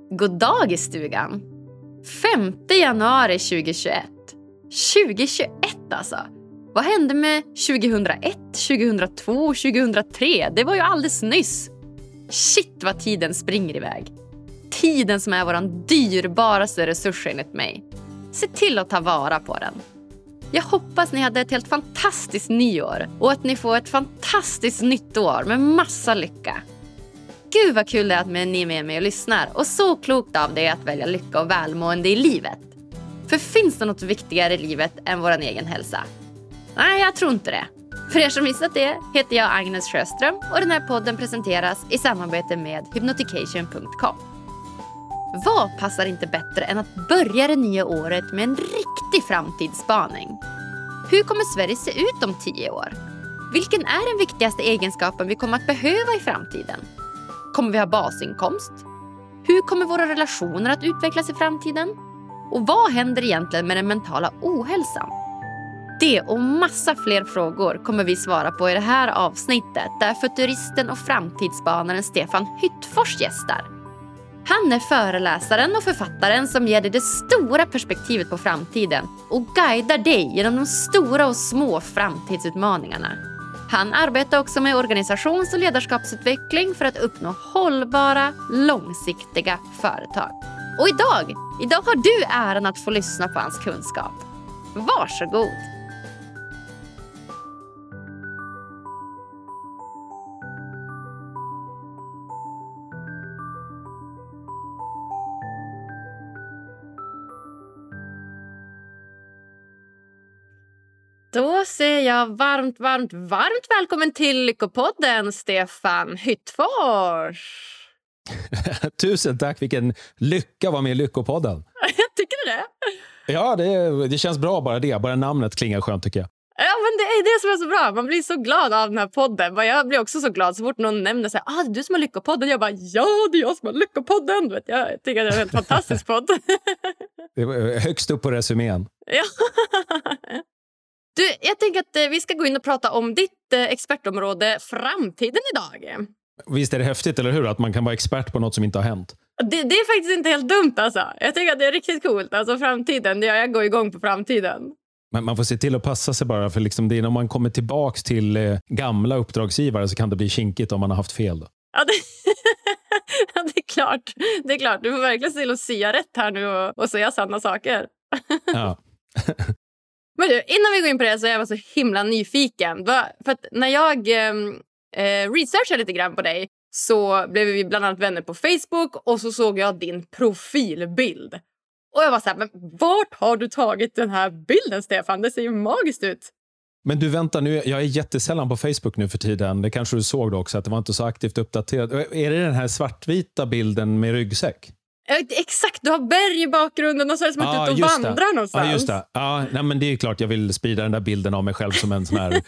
God dag i stugan. 5 januari 2021. 2021 alltså. Vad hände med 2001, 2002, 2003? Det var ju alldeles nyss. Shit vad tiden springer iväg. Tiden som är våran dyrbaraste resurs enligt mig. Se till att ta vara på den. Jag hoppas ni hade ett helt fantastiskt nyår och att ni får ett fantastiskt nytt år med massa lycka. Gud vad kul det är att ni är med mig och lyssnar och så klokt av det att välja lycka och välmående i livet. För finns det något viktigare i livet än vår egen hälsa? Nej, jag tror inte det. För er som missat det heter jag Agnes Sjöström och den här podden presenteras i samarbete med hypnotication.com. Vad passar inte bättre än att börja det nya året med en riktig framtidsspaning? Hur kommer Sverige se ut om 10 år? Vilken är den viktigaste egenskapen vi kommer att behöva i framtiden? Kommer vi ha basinkomst? Hur kommer våra relationer att utvecklas i framtiden? Och vad händer egentligen med den mentala ohälsan? Det och massa fler frågor kommer vi svara på i det här avsnittet där futuristen och framtidsspanaren Stefan Hyttfors gästar. Han är föreläsaren och författaren som ger dig det stora perspektivet på framtiden och guidar dig genom de stora och små framtidsutmaningarna. Han arbetar också med organisations- och ledarskapsutveckling för att uppnå hållbara, långsiktiga företag. Och idag har du äran att få lyssna på hans kunskap. Varsågod! Då säger jag varmt välkommen till Lyckopodden, Stefan Hyttfors. Tusen tack, vilken lycka var med i Lyckopodden. Tycker du det? Ja, det känns bra bara namnet klingar skönt tycker jag. Ja, men det är det som är så bra. Man blir så glad av den här podden. Jag blir också så glad så fort någon nämner så här, det är du som har Lyckopodden. Jag bara, ja, det är jag som har Lyckopodden. Du vet, jag tycker att det är en fantastisk podd. Det var högst upp på resumén. Ja. Du, jag tänker att vi ska gå in och prata om ditt expertområde framtiden idag. Visst är det häftigt, eller hur? Att man kan vara expert på något som inte har hänt. Det är faktiskt inte helt dumt alltså. Jag tycker att det är riktigt coolt. Alltså framtiden, jag går igång på framtiden. Men man får se till att passa sig bara. För liksom det är när man kommer tillbaks till gamla uppdragsgivare så kan det bli kinkigt om man har haft fel. Då. Ja, ja, det är klart. Det är klart. Du får verkligen se till att säga rätt här nu och säga sanna saker. Ja. Men du, innan vi går in på det så är jag så himla nyfiken. För att när jag researchade lite grann på dig så blev vi bland annat vänner på Facebook och så såg jag din profilbild. Och jag var så här, men vart har du tagit den här bilden, Stefan? Det ser ju magiskt ut. Men du, vänta nu, jag är jättesällan på Facebook nu för tiden. Det kanske du såg då också, att det var inte så aktivt uppdaterat. Är det den här svartvita bilden med ryggsäck? Exakt, du har berg i bakgrunden och så är det som att du ute och vandrar någonstans. Ja, just det. Ja, nej, men det är klart jag vill sprida den där bilden av mig själv som en sån här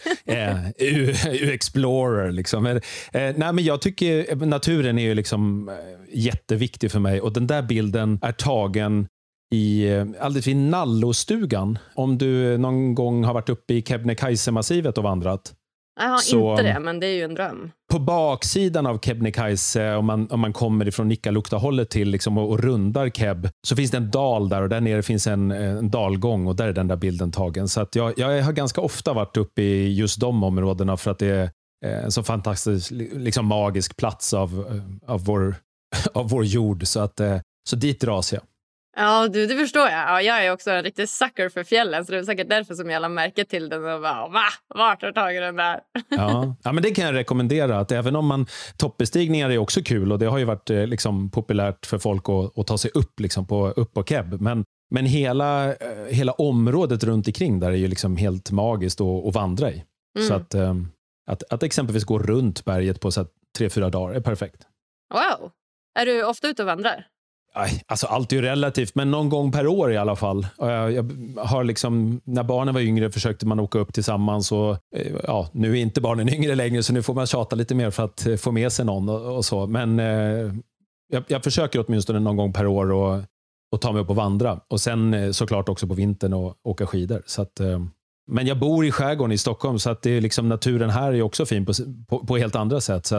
explorer. Liksom. Nej, men jag tycker naturen är ju liksom jätteviktig för mig. Och den där bilden är tagen alldeles vid Nallostugan. Om du någon gång har varit uppe i Kebnekaise-massivet och vandrat. Jag har inte det, men det är ju en dröm. På baksidan av Kebnekaise, om man kommer ifrån Nikkaluokta-hållet till liksom, och rundar Keb, så finns det en dal där och där nere finns en dalgång och där är den där bilden tagen. Så att jag har ganska ofta varit uppe i just de områdena för att det är en så fantastisk, liksom magisk plats av vår jord. Så dit dras jag. Ja, det förstår jag. Ja, jag är också en riktig sucker för fjällen, så det är säkert därför som jag la märke till den och bara, vart har tagit den där? Ja, men det kan jag rekommendera, att även om toppbestigningar är också kul och det har ju varit liksom populärt för folk att ta sig upp liksom på Keb, men hela området runt omkring där är ju liksom helt magiskt att vandra i. Så att exempelvis gå runt berget på 3-4 dagar är perfekt. Wow. Är du ofta ute och vandrar? Alltså allt är ju relativt, men någon gång per år i alla fall. Jag har liksom, när barnen var yngre försökte man åka upp tillsammans och nu är inte barnen yngre längre så nu får man tjata lite mer för att få med sig någon och så. Men jag försöker åtminstone någon gång per år och ta mig upp och vandra. Och sen såklart också på vintern och åka skidor. Så att, men jag bor i skärgården i Stockholm så att det är liksom, naturen här är också fin på helt andra sätt. Så att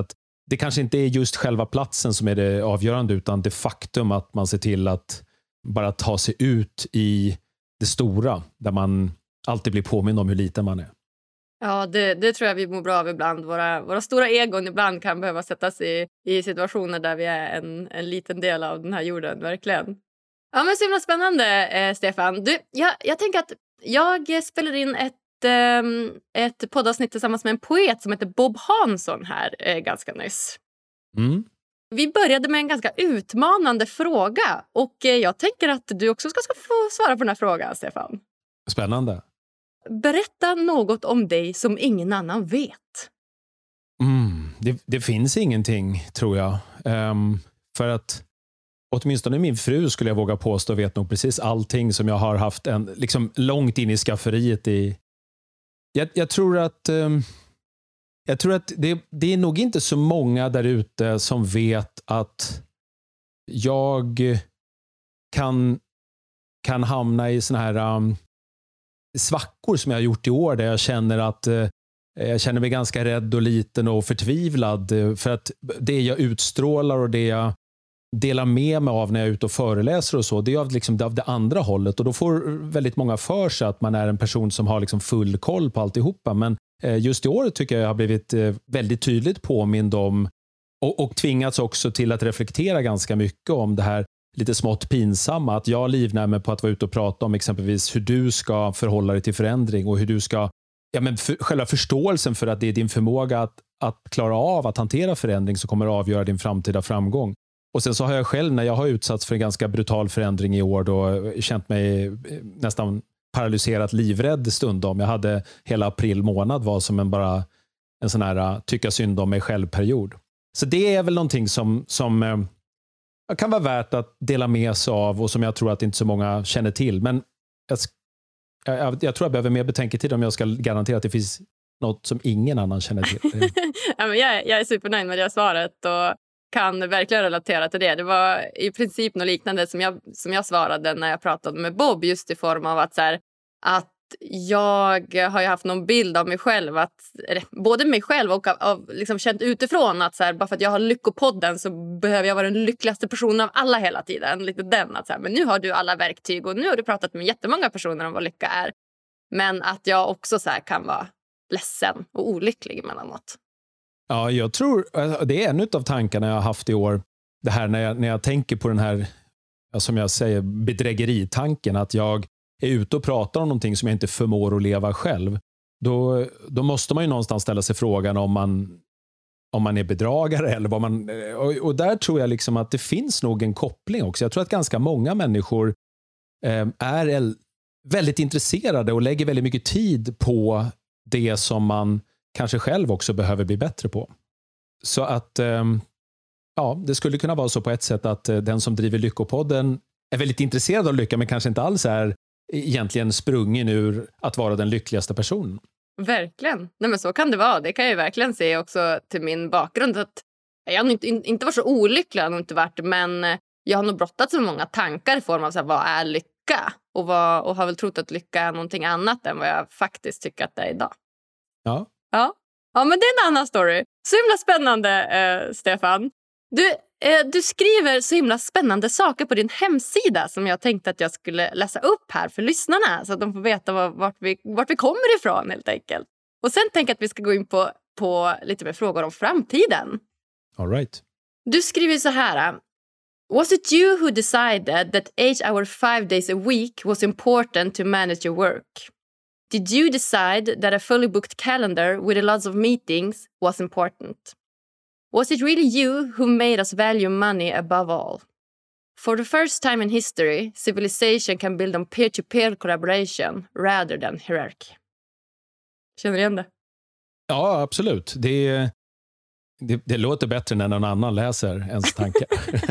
det kanske inte är just själva platsen som är det avgörande, utan det faktum att man ser till att bara ta sig ut i det stora, där man alltid blir påmind om hur liten man är. Ja, det tror jag vi mår bra av ibland. Våra stora egon ibland kan behöva sättas i situationer där vi är en liten del av den här jorden, verkligen. Ja, men så himla spännande, Stefan. Jag tänker att jag spelar in ett poddavsnitt tillsammans med en poet som heter Bob Hansson här ganska nyss. Mm. Vi började med en ganska utmanande fråga och jag tänker att du också ska få svara på den här frågan, Stefan. Spännande. Berätta något om dig som ingen annan vet. Det finns ingenting, tror jag. För att åtminstone min fru, skulle jag våga påstå, vet nog precis allting som jag har haft liksom långt in i skafferiet i. Jag tror att det är nog inte så många där ute som vet att jag kan hamna i såna här svackor som jag har gjort i år, där jag känner att jag känner mig ganska rädd och liten och förtvivlad, för att det jag utstrålar och det jag delar med mig av när jag är ute och föreläser och så, det är av det andra hållet, och då får väldigt många för sig att man är en person som har liksom full koll på alltihopa. Men just i år tycker jag har blivit väldigt tydligt påmind om och tvingats också till att reflektera ganska mycket om det här lite smått pinsamma, att jag livnär mig på att vara ute och prata om exempelvis hur du ska förhålla dig till förändring och hur du ska, själva förståelsen för att det är din förmåga att klara av att hantera förändring som kommer att avgöra din framtida framgång. Och sen så har jag själv, när jag har utsatts för en ganska brutal förändring i år, då känt mig nästan paralyserat livrädd stundom. Jag hade hela april månad var som en sån här tycka synd om mig själv-period. Så det är väl någonting som kan vara värt att dela med sig av, och som jag tror att inte så många känner till. Men jag tror jag behöver mer betänketid om jag ska garantera att det finns något som ingen annan känner till. Ja, men jag är supernöjd med det svaret och kan verkligen relatera till det. Det var i princip något liknande som jag svarade när jag pratade med Bob, just i form av att jag har ju haft någon bild av mig själv, både mig själv och av liksom känt utifrån att bara för att jag har Lyckopodden så behöver jag vara den lyckligaste personen av alla hela tiden. Lite den att men nu har du alla verktyg och nu har du pratat med jättemånga personer om vad lycka är. Men att jag också kan vara ledsen och olycklig emellanåt. Ja, jag tror det är en av tankarna jag har haft i år. Det här när jag tänker på den här, som jag säger, bedrägeritanken, att jag är ute och pratar om någonting som jag inte förmår att leva själv. Då måste man ju någonstans ställa sig frågan om man är bedragare eller vad man. Och där tror jag liksom att det finns nog en koppling också. Jag tror att ganska många människor är väldigt intresserade och lägger väldigt mycket tid på det som man kanske själv också behöver bli bättre på. Så att det skulle kunna vara så på ett sätt att den som driver Lyckopodden är väldigt intresserad av lycka, men kanske inte alls är egentligen sprungen ur att vara den lyckligaste personen. Verkligen. Nej, men så kan det vara. Det kan jag verkligen se också till min bakgrund. Att jag har inte varit så olycklig, har inte varit, men jag har nog brottats med många tankar i form av vad är lycka? Och har väl trott att lycka är någonting annat än vad jag faktiskt tycker att det är idag. Ja. Ja, men det är en annan story. Så himla spännande, Stefan. Du skriver så himla spännande saker på din hemsida som jag tänkte att jag skulle läsa upp här för lyssnarna, så att de får veta vart vi kommer ifrån helt enkelt. Och sen tänker jag att vi ska gå in på lite mer frågor om framtiden. All right. Du skriver så här: Was it you who decided that 8 hours 5 days a week was important to manage your work? Did you decide that a fully booked calendar with a lot of meetings was important? Was it really you who made us value money above all? For the first time in history, civilization can build on peer-to-peer collaboration rather than hierarchy. Känner du igen det? Ja, absolut. Det låter bättre när någon annan läser ens tankar.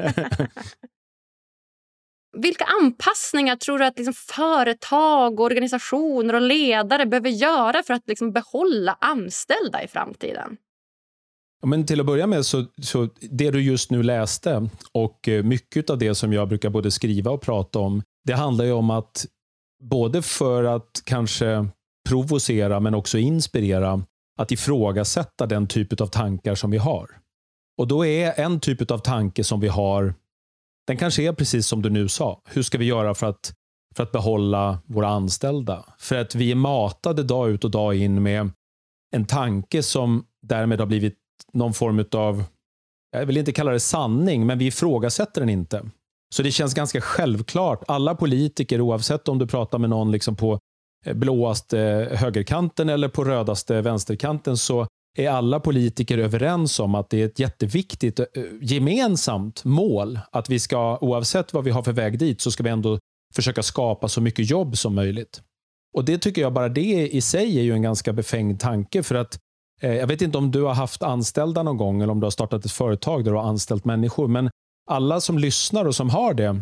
Vilka anpassningar tror du att företag, organisationer och ledare behöver göra för att behålla anställda i framtiden? Men till att börja med så det du just nu läste och mycket av det som jag brukar både skriva och prata om, det handlar ju om att både för att kanske provocera men också inspirera, att ifrågasätta den typ av tankar som vi har. Och då är en typ av tanke som vi har, den kanske är precis som du nu sa. Hur ska vi göra för att behålla våra anställda? För att vi är matade dag ut och dag in med en tanke som därmed har blivit någon form av, jag vill inte kalla det sanning, men vi ifrågasätter den inte. Så det känns ganska självklart. Alla politiker, oavsett om du pratar med någon liksom på blåaste högerkanten eller på rödaste vänsterkanten, så är alla politiker överens om att det är ett jätteviktigt gemensamt mål att vi ska, oavsett vad vi har för väg dit, så ska vi ändå försöka skapa så mycket jobb som möjligt. Och det tycker jag bara det i sig är ju en ganska befängd tanke, för att jag vet inte om du har haft anställda någon gång eller om du har startat ett företag där du har anställt människor, men alla som lyssnar och som har det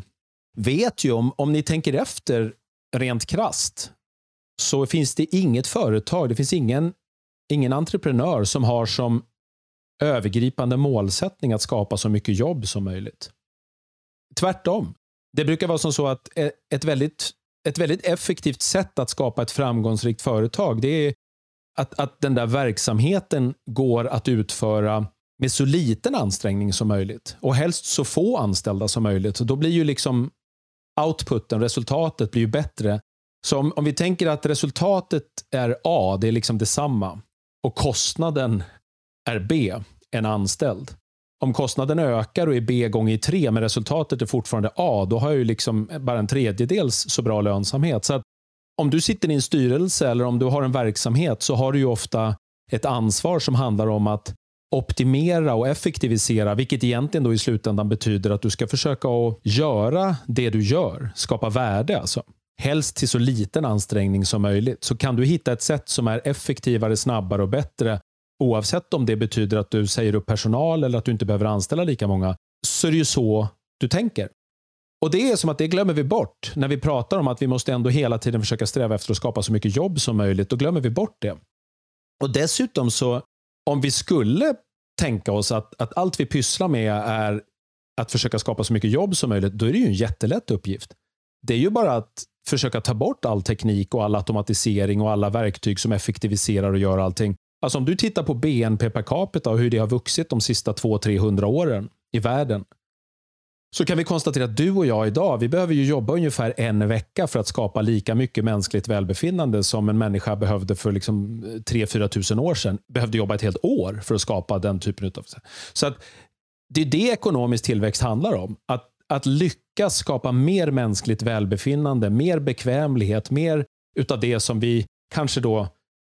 vet ju om ni tänker efter rent krasst, så finns det inget företag, det finns ingen entreprenör som har som övergripande målsättning att skapa så mycket jobb som möjligt. Tvärtom. Det brukar vara som så att ett väldigt effektivt sätt att skapa ett framgångsrikt företag, det är att den där verksamheten går att utföra med så liten ansträngning som möjligt och helst så få anställda som möjligt. Så då blir ju liksom outputen, resultatet blir ju bättre. Så om vi tänker att resultatet är A, det är liksom detsamma, och kostnaden är B, en anställd. Om kostnaden ökar och är B gånger 3 men resultatet är fortfarande A, då har jag ju liksom bara en tredjedels så bra lönsamhet. Så att om du sitter i en styrelse eller om du har en verksamhet, så har du ju ofta ett ansvar som handlar om att optimera och effektivisera, vilket egentligen då i slutändan betyder att du ska försöka att göra det du gör, skapa värde alltså. Helst till så liten ansträngning som möjligt. Så kan du hitta ett sätt som är effektivare, snabbare och bättre, oavsett om det betyder att du säger upp personal eller att du inte behöver anställa lika många, så är det ju så du tänker. Och det är som att det glömmer vi bort när vi pratar om att vi måste ändå hela tiden försöka sträva efter att skapa så mycket jobb som möjligt. Då glömmer vi bort det. Och dessutom så, om vi skulle tänka oss att allt vi pysslar med är att försöka skapa så mycket jobb som möjligt, då är det ju en jättelätt uppgift. Det är ju bara att försöka ta bort all teknik och all automatisering och alla verktyg som effektiviserar och gör allting. Alltså om du tittar på BNP per capita och hur det har vuxit de sista 200-300 åren i världen, så kan vi konstatera att du och jag idag, vi behöver ju jobba ungefär en vecka för att skapa lika mycket mänskligt välbefinnande som en människa behövde för liksom 3-4 tusen år sedan. Behövde jobba ett helt år för att skapa den typen av... Så att det är det ekonomisk tillväxt handlar om. Att lyckas skapa mer mänskligt välbefinnande, mer bekvämlighet, mer utav det som vi kanske då,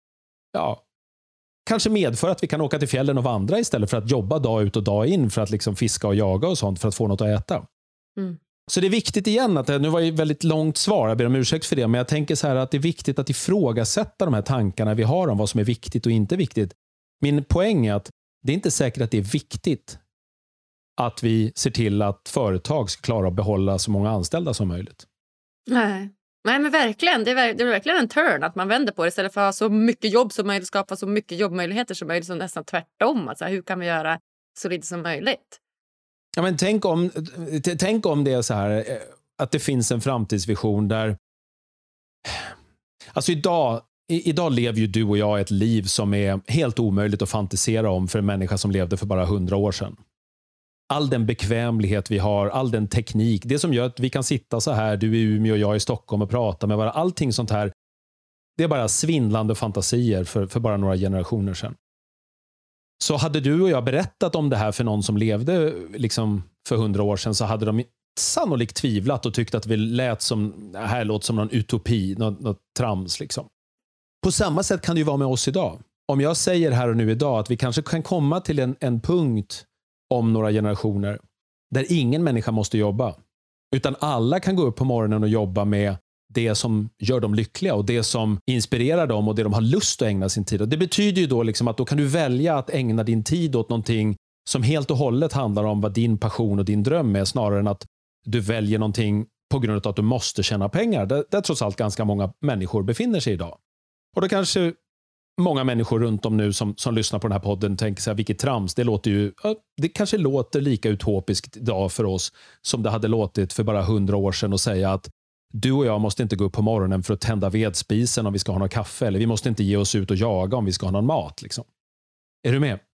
kanske medför att vi kan åka till fjällen och vandra istället för att jobba dag ut och dag in för att liksom fiska och jaga och sånt för att få något att äta. Mm. Så det är viktigt igen, att nu var det ett väldigt långt svar, jag ber om ursäkt för det, men jag tänker så här att det är viktigt att ifrågasätta de här tankarna vi har om vad som är viktigt och inte viktigt. Min poäng är att det är inte säkert att det är viktigt att vi ser till att företag ska klara att behålla så många anställda som möjligt. Nej, men verkligen. Det är verkligen en turn att man vänder på det. Istället för att ha så mycket jobb som möjligt, skapa så mycket jobbmöjligheter som möjligt, som nästan tvärtom. Alltså, hur kan vi göra så lite som möjligt? Ja, men tänk om det är så här att det finns en framtidsvision där... Alltså idag lever ju du och jag ett liv som är helt omöjligt att fantisera om för en människa som levde för bara 100 år sedan. All den bekvämlighet vi har, all den teknik, det som gör att vi kan sitta så här, du i Umeå och jag i Stockholm och prata med varandra, allting sånt här, det är bara svindlande fantasier för bara några generationer sedan. Så hade du och jag berättat om det här för någon som levde liksom för 100 år sedan, så hade de sannolikt tvivlat och tyckt att vi låter som någon utopi, något trams liksom. På samma sätt kan det ju vara med oss idag. Om jag säger här och nu idag att vi kanske kan komma till en punkt om några generationer där ingen människa måste jobba, utan alla kan gå upp på morgonen och jobba med det som gör dem lyckliga och det som inspirerar dem och det de har lust att ägna sin tid. Och det betyder ju då liksom att då kan du välja att ägna din tid åt någonting som helt och hållet handlar om vad din passion och din dröm är, snarare än att du väljer någonting på grund av att du måste tjäna pengar. Där trots allt ganska många människor befinner sig idag. Och då kanske många människor runt om nu som lyssnar på den här podden tänker så här, vilket trams, det kanske låter lika utopiskt idag för oss som det hade låtit för bara 100 år sedan, och säga att du och jag måste inte gå upp på morgonen för att tända vedspisen om vi ska ha någon kaffe, eller vi måste inte ge oss ut och jaga om vi ska ha någon mat liksom. Är du med?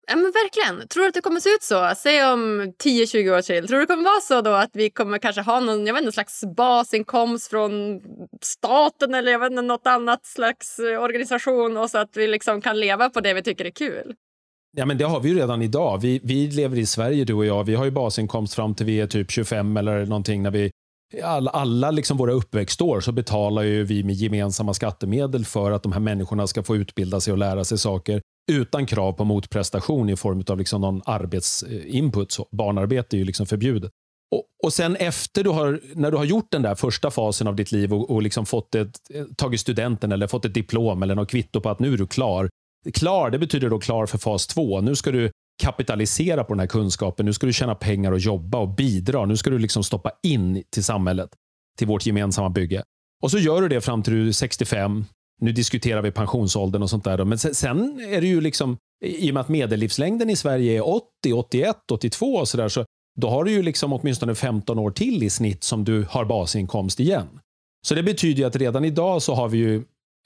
Ja, men verkligen. Tror du att det kommer se ut så? Säg om 10-20 år till. Tror du det kommer vara så då att vi kommer kanske ha någon slags basinkomst från staten eller något annat slags organisation och så att vi liksom kan leva på det vi tycker är kul? Ja, men det har vi ju redan idag. Vi lever i Sverige, du och jag. Vi har ju basinkomst fram till vi är typ 25 eller någonting. När vi alla liksom våra uppväxtår så betalar ju vi med gemensamma skattemedel för att de här människorna ska få utbilda sig och lära sig saker utan krav på motprestation i form av liksom någon arbetsinput. Så barnarbete är ju liksom förbjudet. Och sen efter när du har gjort den där första fasen av ditt liv och liksom tagit studenten eller fått ett diplom eller något kvitto på att nu är du klar. Klar, det betyder då klar för fas 2. Nu ska du kapitalisera på den här kunskapen. Nu ska du tjäna pengar och jobba och bidra. Nu ska du liksom stoppa in till samhället, till vårt gemensamma bygge. Och så gör du det fram till du är 65. Nu diskuterar vi pensionsåldern och sånt där. Men sen är det ju liksom, i och med att medellivslängden i Sverige är 80, 81, 82 och sådär, så då har du ju liksom åtminstone 15 år till i snitt som du har basinkomst igen. Så det betyder ju att redan idag så har vi ju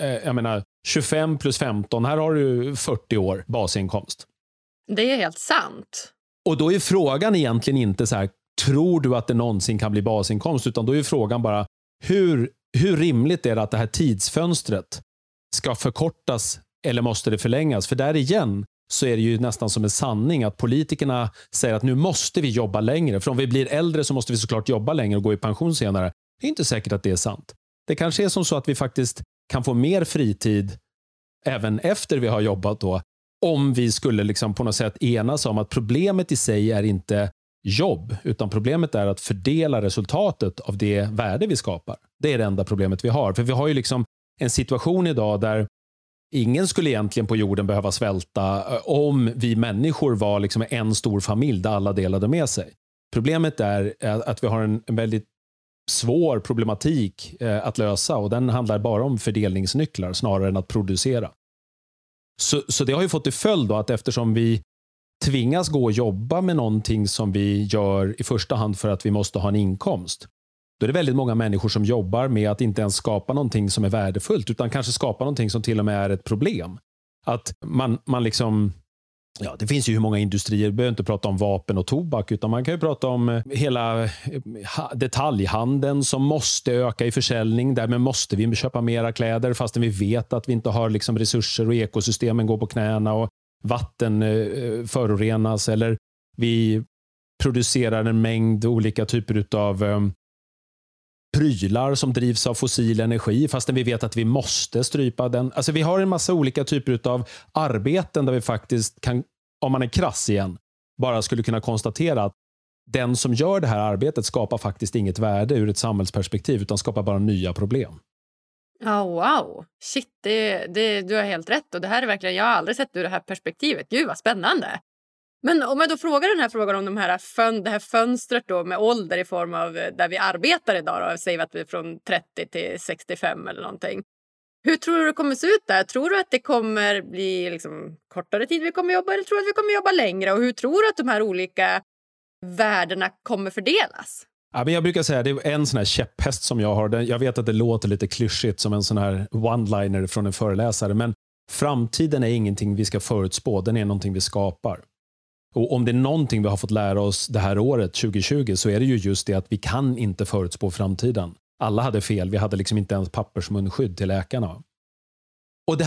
25 plus 15, här har du 40 år basinkomst. Det är helt sant. Och då är frågan egentligen inte så här, tror du att det någonsin kan bli basinkomst? Utan då är frågan bara, hur rimligt är det att det här tidsfönstret ska förkortas eller måste det förlängas? För där igen så är det ju nästan som en sanning att politikerna säger att nu måste vi jobba längre. För om vi blir äldre så måste vi såklart jobba längre och gå i pension senare. Det är inte säkert att det är sant. Det kanske är som så att vi faktiskt kan få mer fritid även efter vi har jobbat då, om vi skulle liksom på något sätt enas om att problemet i sig är inte jobb, utan problemet är att fördela resultatet av det värde vi skapar. Det är det enda problemet vi har. För vi har ju liksom en situation idag där ingen skulle egentligen på jorden behöva svälta om vi människor var liksom en stor familj där alla delade med sig. Problemet är att vi har en väldigt svår problematik att lösa, och den handlar bara om fördelningsnycklar snarare än att producera. Så det har ju fått till följd då att eftersom vi tvingas gå och jobba med någonting som vi gör i första hand för att vi måste ha en inkomst, då är det väldigt många människor som jobbar med att inte ens skapa någonting som är värdefullt, utan kanske skapa någonting som till och med är ett problem. Att man liksom, ja, det finns ju hur många industrier, vi behöver inte prata om vapen och tobak, utan man kan ju prata om hela detaljhandeln som måste öka i försäljning. Därmed måste vi köpa mera kläder fastän vi vet att vi inte har liksom resurser och ekosystemen går på knäna och vatten förorenas, eller vi producerar en mängd olika typer av prylar som drivs av fossil energi fastän vi vet att vi måste strypa den. Alltså vi har en massa olika typer av arbeten där vi faktiskt kan, om man är krass igen, bara skulle kunna konstatera att den som gör det här arbetet skapar faktiskt inget värde ur ett samhällsperspektiv, utan skapar bara nya problem. Ja, wow. Shit, du har helt rätt. Och det här är verkligen, jag har aldrig sett ur det här perspektivet. Gud vad spännande. Men om jag då frågar den här frågan om det här fönstret då med ålder i form av där vi arbetar idag då, säger vi att vi är från 30 till 65 eller någonting. Hur tror du det kommer se ut där? Tror du att det kommer bli liksom kortare tid vi kommer jobba, eller tror du att vi kommer jobba längre? Och hur tror du att de här olika värdena kommer fördelas? Ja, men jag brukar säga det är en sån här käpphäst som jag har. Jag vet att det låter lite klyschigt som en sån här one-liner från en föreläsare, men framtiden är ingenting vi ska förutspå, den är någonting vi skapar. Och om det är någonting vi har fått lära oss det här året 2020 så är det ju just det att vi kan inte förutspå framtiden. Alla hade fel, vi hade liksom inte ens pappersmunskydd till läkarna. Och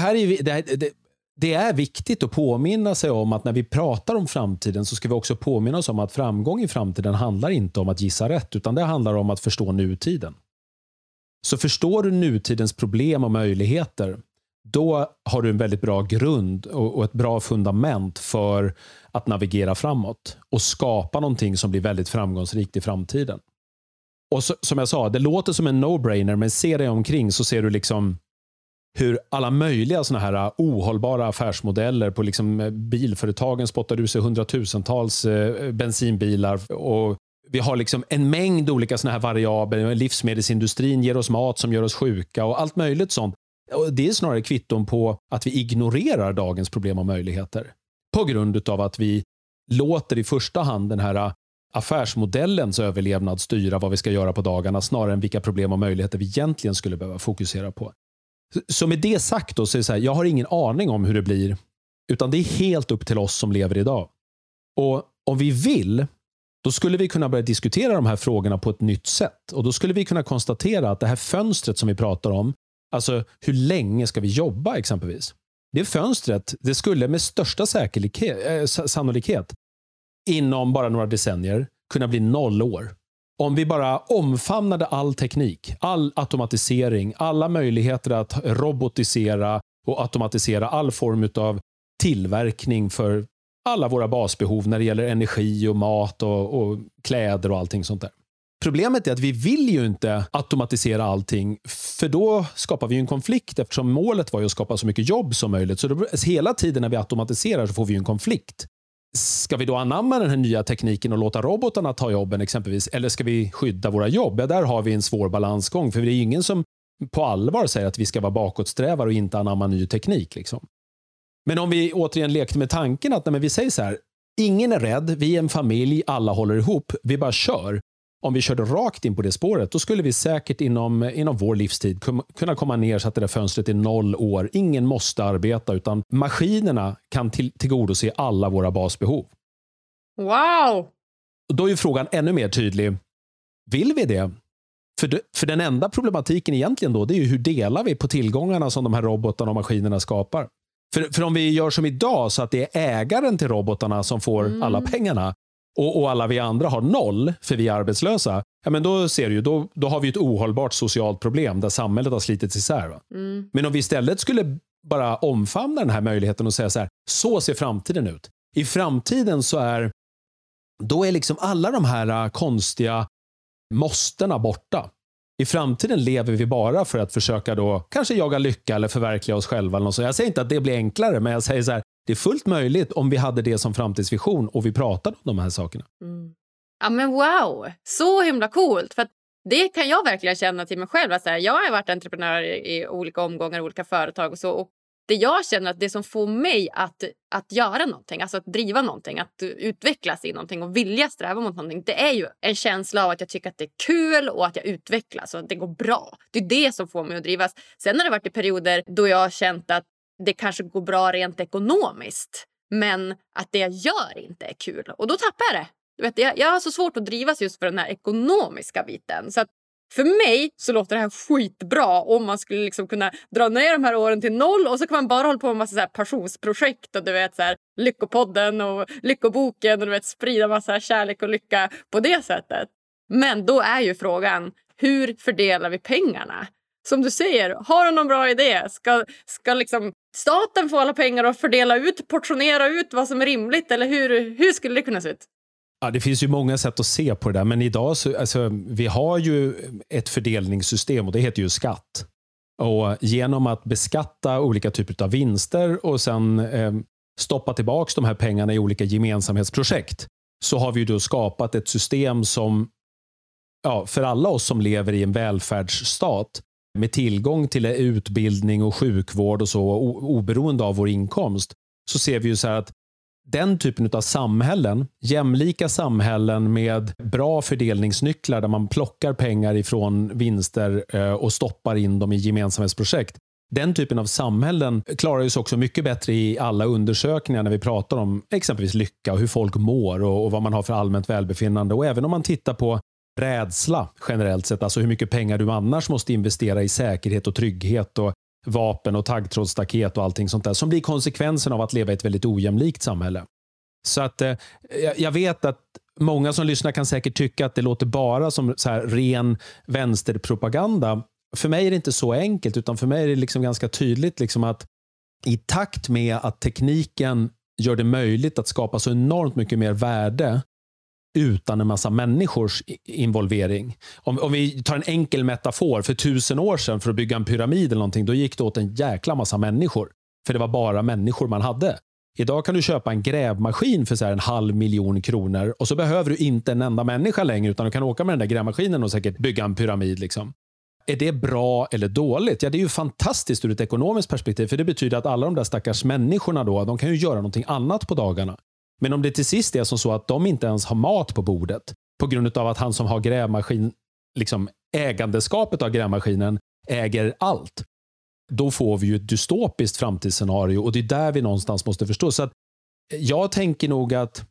det är viktigt att påminna sig om att när vi pratar om framtiden så ska vi också påminna oss om att framgång i framtiden handlar inte om att gissa rätt, utan det handlar om att förstå nutiden. Så förstår du nutidens problem och möjligheter, då har du en väldigt bra grund och ett bra fundament för att navigera framåt och skapa någonting som blir väldigt framgångsrikt i framtiden. Och som jag sa, det låter som en no-brainer, men ser dig omkring så ser du liksom hur alla möjliga såna här ohållbara affärsmodeller på liksom bilföretagen spottar ur sig hundratusentals bensinbilar, och vi har liksom en mängd olika såna här variabler. Livsmedelsindustrin ger oss mat som gör oss sjuka och allt möjligt sånt. Och det är snarare kvitton på att vi ignorerar dagens problem och möjligheter på grund av att vi låter i första hand den här affärsmodellens överlevnad styra vad vi ska göra på dagarna snarare än vilka problem och möjligheter vi egentligen skulle behöva fokusera på. Så med det sagt då, så är det så här, jag har ingen aning om hur det blir Utan det är helt upp till oss som lever idag. Och om vi vill, då skulle vi kunna börja diskutera de här frågorna på ett nytt sätt. Och då skulle vi kunna konstatera att det här fönstret som vi pratar om, alltså hur länge ska vi jobba exempelvis? Det fönstret, det skulle med största sannolikhet inom bara några decennier kunna bli 0 år. Om vi bara omfamnade all teknik, all automatisering, alla möjligheter att robotisera och automatisera all form av tillverkning för alla våra basbehov när det gäller energi och mat och kläder och allting sånt där. Problemet är att vi vill ju inte automatisera allting, för då skapar vi en konflikt, eftersom målet var ju att skapa så mycket jobb som möjligt. Så då, hela tiden när vi automatiserar så får vi en konflikt. Ska vi då anamma den här nya tekniken och låta robotarna ta jobben exempelvis, eller ska vi skydda våra jobb? Ja, där har vi en svår balansgång, för det är ju ingen som på allvar säger att vi ska vara bakåtsträvare och inte anamma ny teknik liksom. Men om vi återigen lekte med tanken att vi säger så här, ingen är rädd, vi är en familj, alla håller ihop, vi bara kör. Om vi körde rakt in på det spåret, då skulle vi säkert inom vår livstid kunna komma ner så att det där fönstret är 0 år. Ingen måste arbeta, utan maskinerna kan tillgodose alla våra basbehov. Wow! Då är ju frågan ännu mer tydlig. Vill vi det? För den enda problematiken egentligen då, det är ju hur delar vi på tillgångarna som de här robotarna och maskinerna skapar. För om vi gör som idag så att det är ägaren till robotarna som får alla pengarna och alla vi andra har 0 för vi är arbetslösa, ja, men då ser du ju, då har vi ett ohållbart socialt problem där samhället har slitits isär. Va? Men om vi istället skulle bara omfamna den här möjligheten och säga så ser framtiden ut. I framtiden då är liksom alla de här konstiga måstena borta. I framtiden lever vi bara för att försöka då kanske jaga lycka eller förverkliga oss själva. Eller något så. Jag säger inte att det blir enklare, men jag säger så här, det är fullt möjligt om vi hade det som framtidsvision och vi pratade om de här sakerna. Ja men wow, så himla coolt. För att det kan jag verkligen känna till mig själv. Att så här, jag har varit entreprenör i olika omgångar, olika företag och så. Och det jag känner att det som får mig att göra någonting, alltså att driva någonting, att utvecklas i någonting och vilja sträva mot någonting, det är ju en känsla av att jag tycker att det är kul och att jag utvecklas och att det går bra. Det är det som får mig att drivas. Sen har det varit i perioder då jag har känt att det kanske går bra rent ekonomiskt, men att det jag gör inte är kul. Och då tappar jag det. Du vet, jag har så svårt att drivas just för den här ekonomiska biten. Så att för mig så låter det här skitbra om man skulle liksom kunna dra ner de här åren till 0 och så kan man bara hålla på med massa så här passionsprojekt och du vet så här Lyckopodden och Lyckoboken och du vet sprida massa kärlek och lycka på det sättet. Men då är ju frågan, hur fördelar vi pengarna? Som du säger, har du någon bra idé? Ska liksom staten få alla pengar och fördela ut, portionera ut vad som är rimligt? Eller hur skulle det kunna se ut? Ja, det finns ju många sätt att se på det där, men idag vi har ju ett fördelningssystem och det heter ju skatt. Och genom att beskatta olika typer av vinster och sen stoppa tillbaka de här pengarna i olika gemensamhetsprojekt, så har vi ju då skapat ett system som för alla oss som lever i en välfärdsstat med tillgång till utbildning och sjukvård och så oberoende av vår inkomst, så ser vi ju så här att den typen av samhällen, jämlika samhällen med bra fördelningsnycklar där man plockar pengar ifrån vinster och stoppar in dem i gemensamhetsprojekt. Den typen av samhällen klarar ju sig också mycket bättre i alla undersökningar när vi pratar om exempelvis lycka och hur folk mår och vad man har för allmänt välbefinnande. Och även om man tittar på rädsla generellt sett, alltså hur mycket pengar du annars måste investera i säkerhet och trygghet och vapen och taggtrådsstaket och allting sånt där, som blir konsekvensen av att leva i ett väldigt ojämlikt samhälle. Så att jag vet att många som lyssnar kan säkert tycka att det låter bara som så här ren vänsterpropaganda. För mig är det inte så enkelt, utan för mig är det liksom ganska tydligt liksom att i takt med att tekniken gör det möjligt att skapa så enormt mycket mer värde utan en massa människors involvering. Om vi tar en enkel metafor, för 1000 år sedan för att bygga en pyramid eller någonting, då gick det åt en jäkla massa människor. För det var bara människor man hade. Idag kan du köpa en grävmaskin för så här 500 000 kronor och så behöver du inte en enda människa längre, utan du kan åka med den där grävmaskinen och säkert bygga en pyramid liksom. Är det bra eller dåligt? Ja, det är ju fantastiskt ur ett ekonomiskt perspektiv, för det betyder att alla de där stackars människorna då, de kan ju göra någonting annat på dagarna. Men om det till sist är som så att de inte ens har mat på bordet på grund av att han som har grävmaskin, liksom ägandeskapet av grävmaskinen, äger allt. då får vi ju ett dystopiskt framtidsscenario, och det är där vi någonstans måste förstå. Så att jag tänker nog att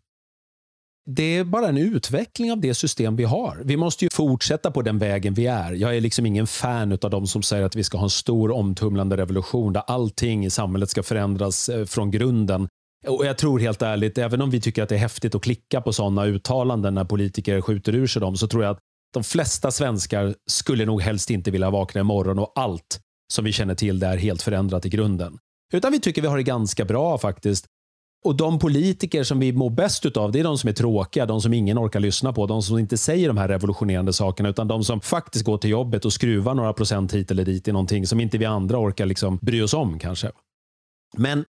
det är bara en utveckling av det system vi har. Vi måste ju fortsätta på den vägen vi är. Jag är liksom ingen fan av de som säger att vi ska ha en stor omtumlande revolution där allting i samhället ska förändras från grunden. Och jag tror helt ärligt, även om vi tycker att det är häftigt att klicka på sådana uttalanden när politiker skjuter ur sig dem, så tror jag att de flesta svenskar skulle nog helst inte vilja vakna imorgon och allt som vi känner till där är helt förändrat i grunden. Utan vi tycker vi har det ganska bra faktiskt. Och de politiker som vi mår bäst utav, det är de som är tråkiga, de som ingen orkar lyssna på, de som inte säger de här revolutionerande sakerna, utan de som faktiskt går till jobbet och skruvar några procent hit eller dit i någonting som inte vi andra orkar liksom bry oss om kanske. Men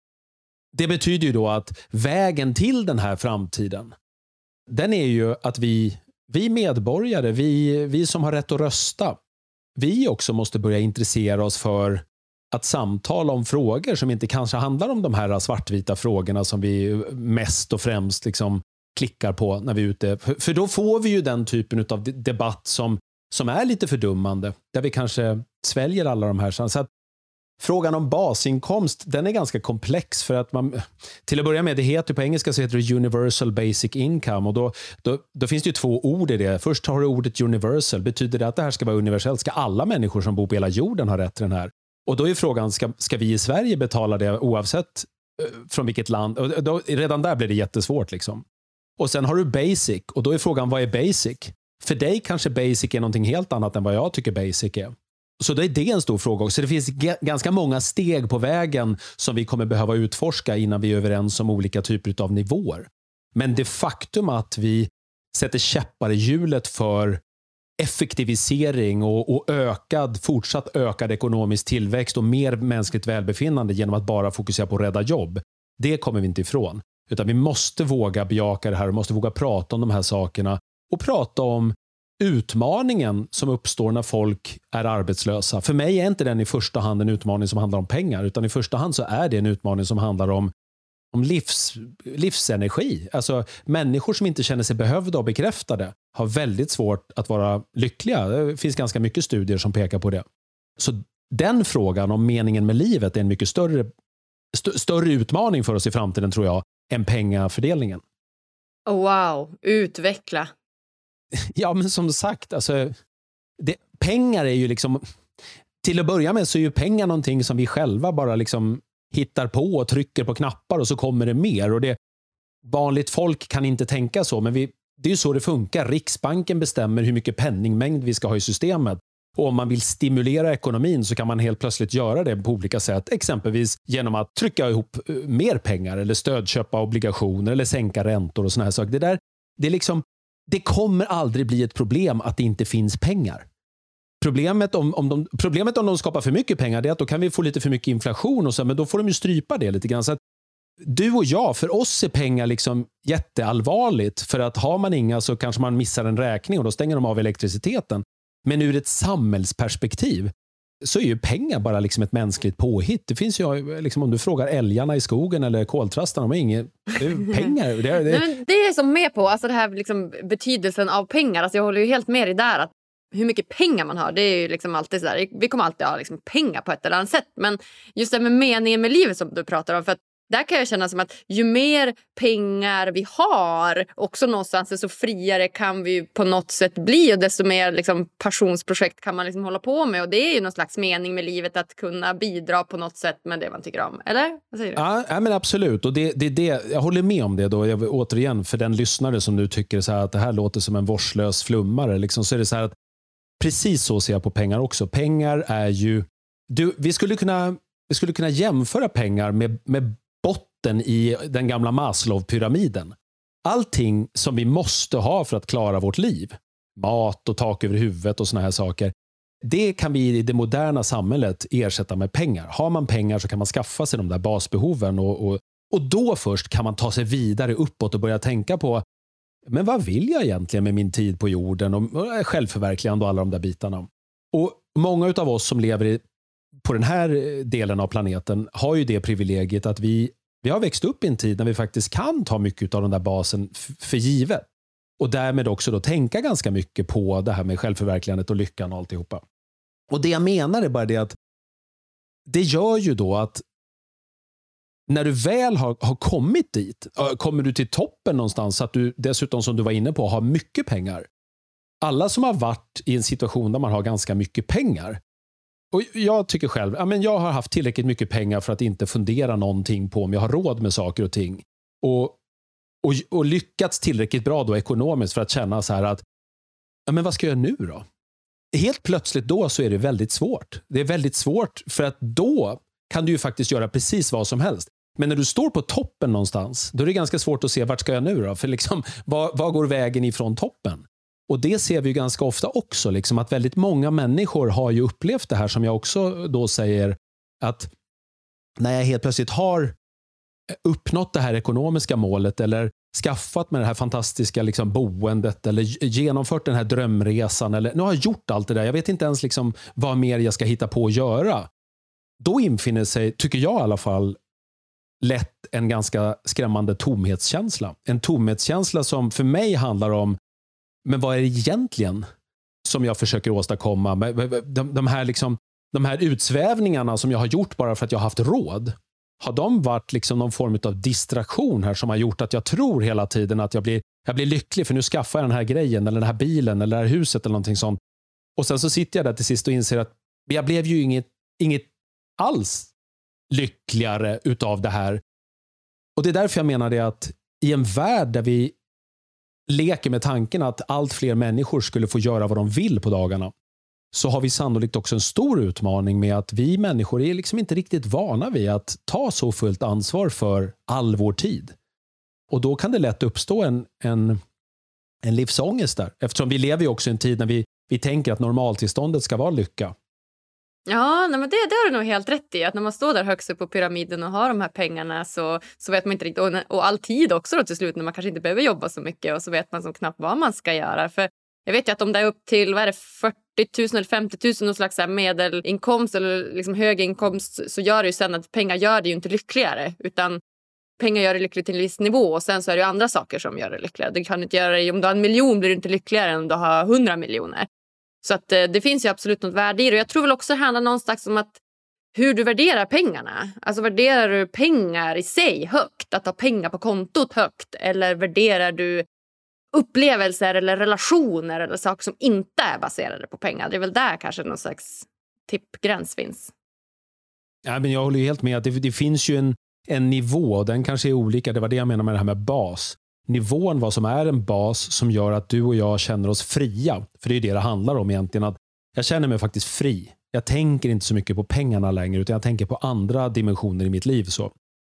det betyder ju då att vägen till den här framtiden, den är ju att vi medborgare, vi som har rätt att rösta, vi också måste börja intressera oss för att samtala om frågor som inte kanske handlar om de här svartvita frågorna som vi mest och främst liksom klickar på när vi är ute. För då får vi ju den typen av debatt som är lite fördummande, där vi kanske sväljer alla de här. Så att frågan om basinkomst, den är ganska komplex, för att man, till att börja med, det heter på engelska så heter det Universal Basic Income, och då finns det ju två ord i det. Först har du ordet universal, betyder det att det här ska vara universellt? Ska alla människor som bor på hela jorden ha rätt till den här? Och då är frågan, ska vi i Sverige betala det oavsett från vilket land? Och då, redan där blir det jättesvårt liksom. Och sen har du basic, och då är frågan, vad är basic? För dig kanske basic är någonting helt annat än vad jag tycker basic är. Så då är det en stor fråga också. Det finns ganska många steg på vägen som vi kommer behöva utforska innan vi är överens om olika typer av nivåer. Men det faktum att vi sätter käppar i hjulet för effektivisering och fortsatt ökad ekonomisk tillväxt och mer mänskligt välbefinnande genom att bara fokusera på att rädda jobb, det kommer vi inte ifrån. Utan vi måste våga bejaka det här och måste våga prata om de här sakerna och prata om utmaningen som uppstår när folk är arbetslösa. För mig är inte den i första hand en utmaning som handlar om pengar, utan i första hand så är det en utmaning som handlar om livsenergi. Alltså människor som inte känner sig behövda och bekräftade har väldigt svårt att vara lyckliga. Det finns ganska mycket studier som pekar på det. Så den frågan om meningen med livet är en mycket större utmaning för oss i framtiden, tror jag, än pengafördelningen. Oh, wow, utveckla. Ja, men som sagt, alltså, pengar är ju liksom, till att börja med så är ju pengar någonting som vi själva bara liksom hittar på och trycker på knappar och så kommer det mer. Och vanligt folk kan inte tänka så, men det är ju så det funkar. Riksbanken bestämmer hur mycket penningmängd vi ska ha i systemet. Och om man vill stimulera ekonomin så kan man helt plötsligt göra det på olika sätt. Exempelvis genom att trycka ihop mer pengar eller stödköpa obligationer eller sänka räntor och såna här saker. Det kommer aldrig bli ett problem att det inte finns pengar. Problemet om de skapar för mycket pengar, det är att då kan vi få lite för mycket inflation och så, men då får de ju strypa det lite grann. Så att du och jag, för oss är pengar liksom jätteallvarligt, för att har man inga så kanske man missar en räkning och då stänger de av elektriciteten. Men ur ett samhällsperspektiv så är ju pengar bara liksom ett mänskligt påhitt. Det finns ju liksom, om du frågar älgarna i skogen eller koltrastarna, de har inget pengar. Det är som med på alltså det här liksom, betydelsen av pengar. Alltså jag håller ju helt med dig där, att hur mycket pengar man har, det är ju liksom alltid så där. Vi kommer alltid ha liksom pengar på ett eller annat sätt. Men just det med meningen med livet som du pratar om, för att där kan jag känna som att ju mer pengar vi har, också någonstans så friare kan vi på något sätt bli, och desto mer liksom passionsprojekt kan man liksom hålla på med, och det är ju någon slags mening med livet att kunna bidra på något sätt med det man tycker om, eller? Vad säger du? Ja, men absolut, och det, jag håller med om det då. Återigen, för den lyssnare som nu tycker så här att det här låter som en vårdslös flummare liksom, så är det så här att precis så ser jag på pengar också. Pengar är ju, vi skulle kunna jämföra pengar med botten i den gamla Maslow-pyramiden. Allting som vi måste ha för att klara vårt liv, mat och tak över huvudet och såna här saker, det kan vi i det moderna samhället ersätta med pengar. Har man pengar så kan man skaffa sig de där basbehoven och då först kan man ta sig vidare uppåt och börja tänka på, men vad vill jag egentligen med min tid på jorden och självförverkligande och alla de där bitarna. Och många av oss som lever på den här delen av planeten har ju det privilegiet att vi har växt upp i en tid när vi faktiskt kan ta mycket av den där basen för givet. Och därmed också då tänka ganska mycket på det här med självförverkligandet och lyckan och alltihopa. Och det jag menar är bara det att det gör ju då att när du väl har kommit dit, kommer du till toppen någonstans så att du dessutom, som du var inne på, har mycket pengar. Alla som har varit i en situation där man har ganska mycket pengar, och jag tycker själv, jag har haft tillräckligt mycket pengar för att inte fundera någonting på om jag har råd med saker och ting. Och lyckats tillräckligt bra då ekonomiskt för att känna så här att men vad ska jag nu då? Helt plötsligt då så är det väldigt svårt. Det är väldigt svårt för att då kan du ju faktiskt göra precis vad som helst. Men när du står på toppen någonstans, då är det ganska svårt att se vart ska jag nu då? För liksom, vad går vägen ifrån toppen? Och det ser vi ju ganska ofta också, liksom, att väldigt många människor har ju upplevt det här som jag också då säger, att när jag helt plötsligt har uppnått det här ekonomiska målet eller skaffat med det här fantastiska liksom boendet eller genomfört den här drömresan, eller nu har jag gjort allt det där, jag vet inte ens liksom vad mer jag ska hitta på att göra. Då infinner sig, tycker jag i alla fall, lätt en ganska skrämmande tomhetskänsla. En tomhetskänsla som för mig handlar om, men vad är det egentligen som jag försöker åstadkomma? De här utsvävningarna som jag har gjort bara för att jag har haft råd, har de varit liksom någon form av distraktion här som har gjort att jag tror hela tiden att jag blir lycklig för nu skaffar jag den här grejen eller den här bilen eller det här huset eller någonting sånt. Och sen så sitter jag där till sist och inser att jag blev ju inget alls lyckligare utav det här. Och det är därför jag menar det, att i en värld där vi leker med tanken att allt fler människor skulle få göra vad de vill på dagarna, så har vi sannolikt också en stor utmaning med att vi människor är liksom inte riktigt vana vid att ta så fullt ansvar för all vår tid. Och då kan det lätt uppstå en livsångest där. Eftersom vi lever ju också i en tid när vi tänker att normaltillståndet ska vara lycka. Ja, men det har du nog helt rätt i. Att när man står där högst upp på pyramiden och har de här pengarna så vet man inte riktigt. Och all tid också då till slut, när man kanske inte behöver jobba så mycket. Och så vet man som knappt vad man ska göra. För jag vet ju att om det är upp till 40 000 eller 50 000 någon slags medelinkomst eller liksom hög inkomst, så gör det ju sen att pengar gör det ju inte lyckligare. Utan pengar gör det lyckligt till en viss nivå, och sen så är det ju andra saker som gör det lyckligare. Du kan inte göra det, om du har 1 miljon blir du inte lyckligare än om du har 100 miljoner. Så att det finns ju absolut något värde i det. Och jag tror väl också det handlar någonstans om att hur du värderar pengarna. Alltså värderar du pengar i sig högt, att ha pengar på kontot högt, eller värderar du upplevelser eller relationer eller saker som inte är baserade på pengar? Det är väl där kanske någon slags tippgräns finns. Ja, men jag håller ju helt med att det finns ju en nivå, och den kanske är olika. Det var det jag menar med det här med bas. Nivån, vad som är en bas som gör att du och jag känner oss fria. För det är det handlar om egentligen, att jag känner mig faktiskt fri. Jag tänker inte så mycket på pengarna längre, utan jag tänker på andra dimensioner i mitt liv. Så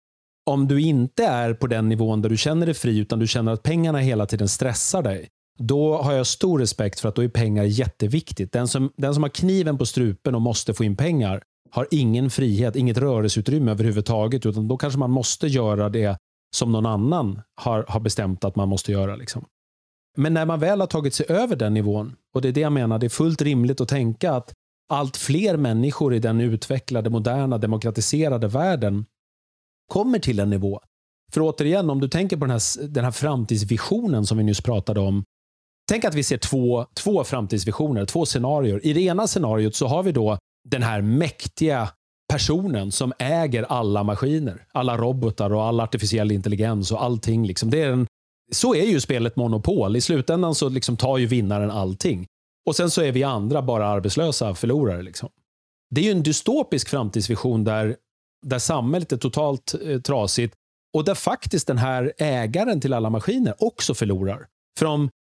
om du inte är på den nivån där du känner dig fri, utan du känner att pengarna hela tiden stressar dig, då har jag stor respekt för att då är pengar jätteviktigt. Den som har kniven på strupen och måste få in pengar har ingen frihet, inget rörelseutrymme överhuvudtaget, utan då kanske man måste göra det som någon annan har bestämt att man måste göra. Liksom. Men när man väl har tagit sig över den nivån, och det är det jag menar, det är fullt rimligt att tänka att allt fler människor i den utvecklade, moderna, demokratiserade världen kommer till en nivå. För återigen, om du tänker på den här framtidsvisionen som vi nyss pratade om. Tänk att vi ser två framtidsvisioner, 2 scenarier. I det ena scenariot så har vi då den här mäktiga personen som äger alla maskiner, alla robotar och all artificiell intelligens och allting. Liksom. Så är ju spelet Monopol. I slutändan så liksom tar ju vinnaren allting. Och sen så är vi andra bara arbetslösa förlorare. Liksom. Det är ju en dystopisk framtidsvision där samhället är totalt trasigt, och där faktiskt den här ägaren till alla maskiner också förlorar. För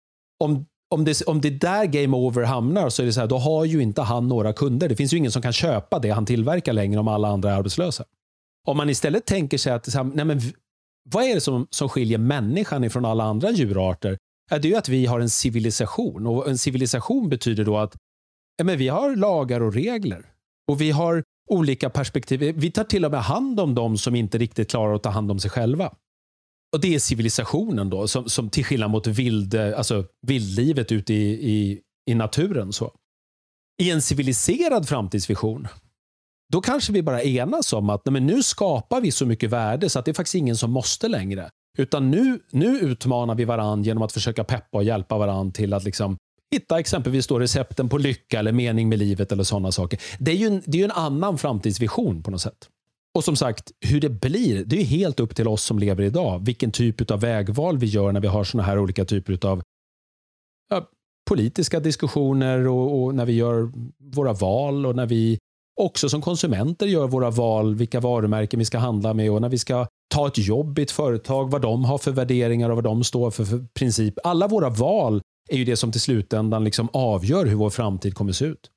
om det där game over hamnar, så är det så här, då har ju inte han några kunder. Det finns ju ingen som kan köpa det han tillverkar längre om alla andra är arbetslösa. Om man istället tänker sig att nej men, vad är det som skiljer människan ifrån alla andra djurarter? Det är ju att vi har en civilisation, och en civilisation betyder då att men vi har lagar och regler, och vi har olika perspektiv. Vi tar till och med hand om de som inte riktigt klarar att ta hand om sig själva. Och det är civilisationen då, som till skillnad mot vildlivet ute i naturen. Så. I en civiliserad framtidsvision, då kanske vi bara enas om att men nu skapar vi så mycket värde så att det är faktiskt ingen som måste längre. Utan nu utmanar vi varann genom att försöka peppa och hjälpa varann till att liksom hitta exempelvis då recepten på lycka eller mening med livet eller sådana saker. Det är ju en annan framtidsvision på något sätt. Och som sagt, hur det blir, det är ju helt upp till oss som lever idag. Vilken typ av vägval vi gör när vi har såna här olika typer av politiska diskussioner och när vi gör våra val och när vi också som konsumenter gör våra val, vilka varumärken vi ska handla med och när vi ska ta ett jobb i ett företag, vad de har för värderingar och vad de står för princip. Alla våra val är ju det som till slutändan liksom avgör hur vår framtid kommer se ut.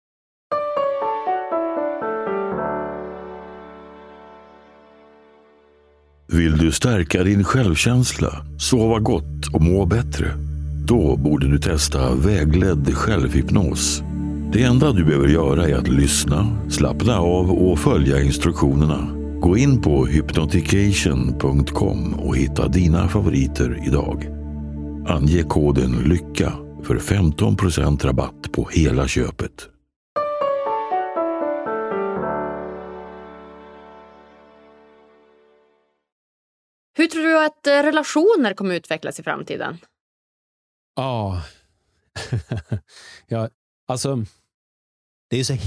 Vill du stärka din självkänsla, sova gott och må bättre? Då borde du testa vägledd självhypnos. Det enda du behöver göra är att lyssna, slappna av och följa instruktionerna. Gå in på hypnotication.com och hitta dina favoriter idag. Ange koden LYCKA för 15% rabatt på hela köpet. Hur tror du att relationer kommer utvecklas i framtiden? Ja, alltså det är så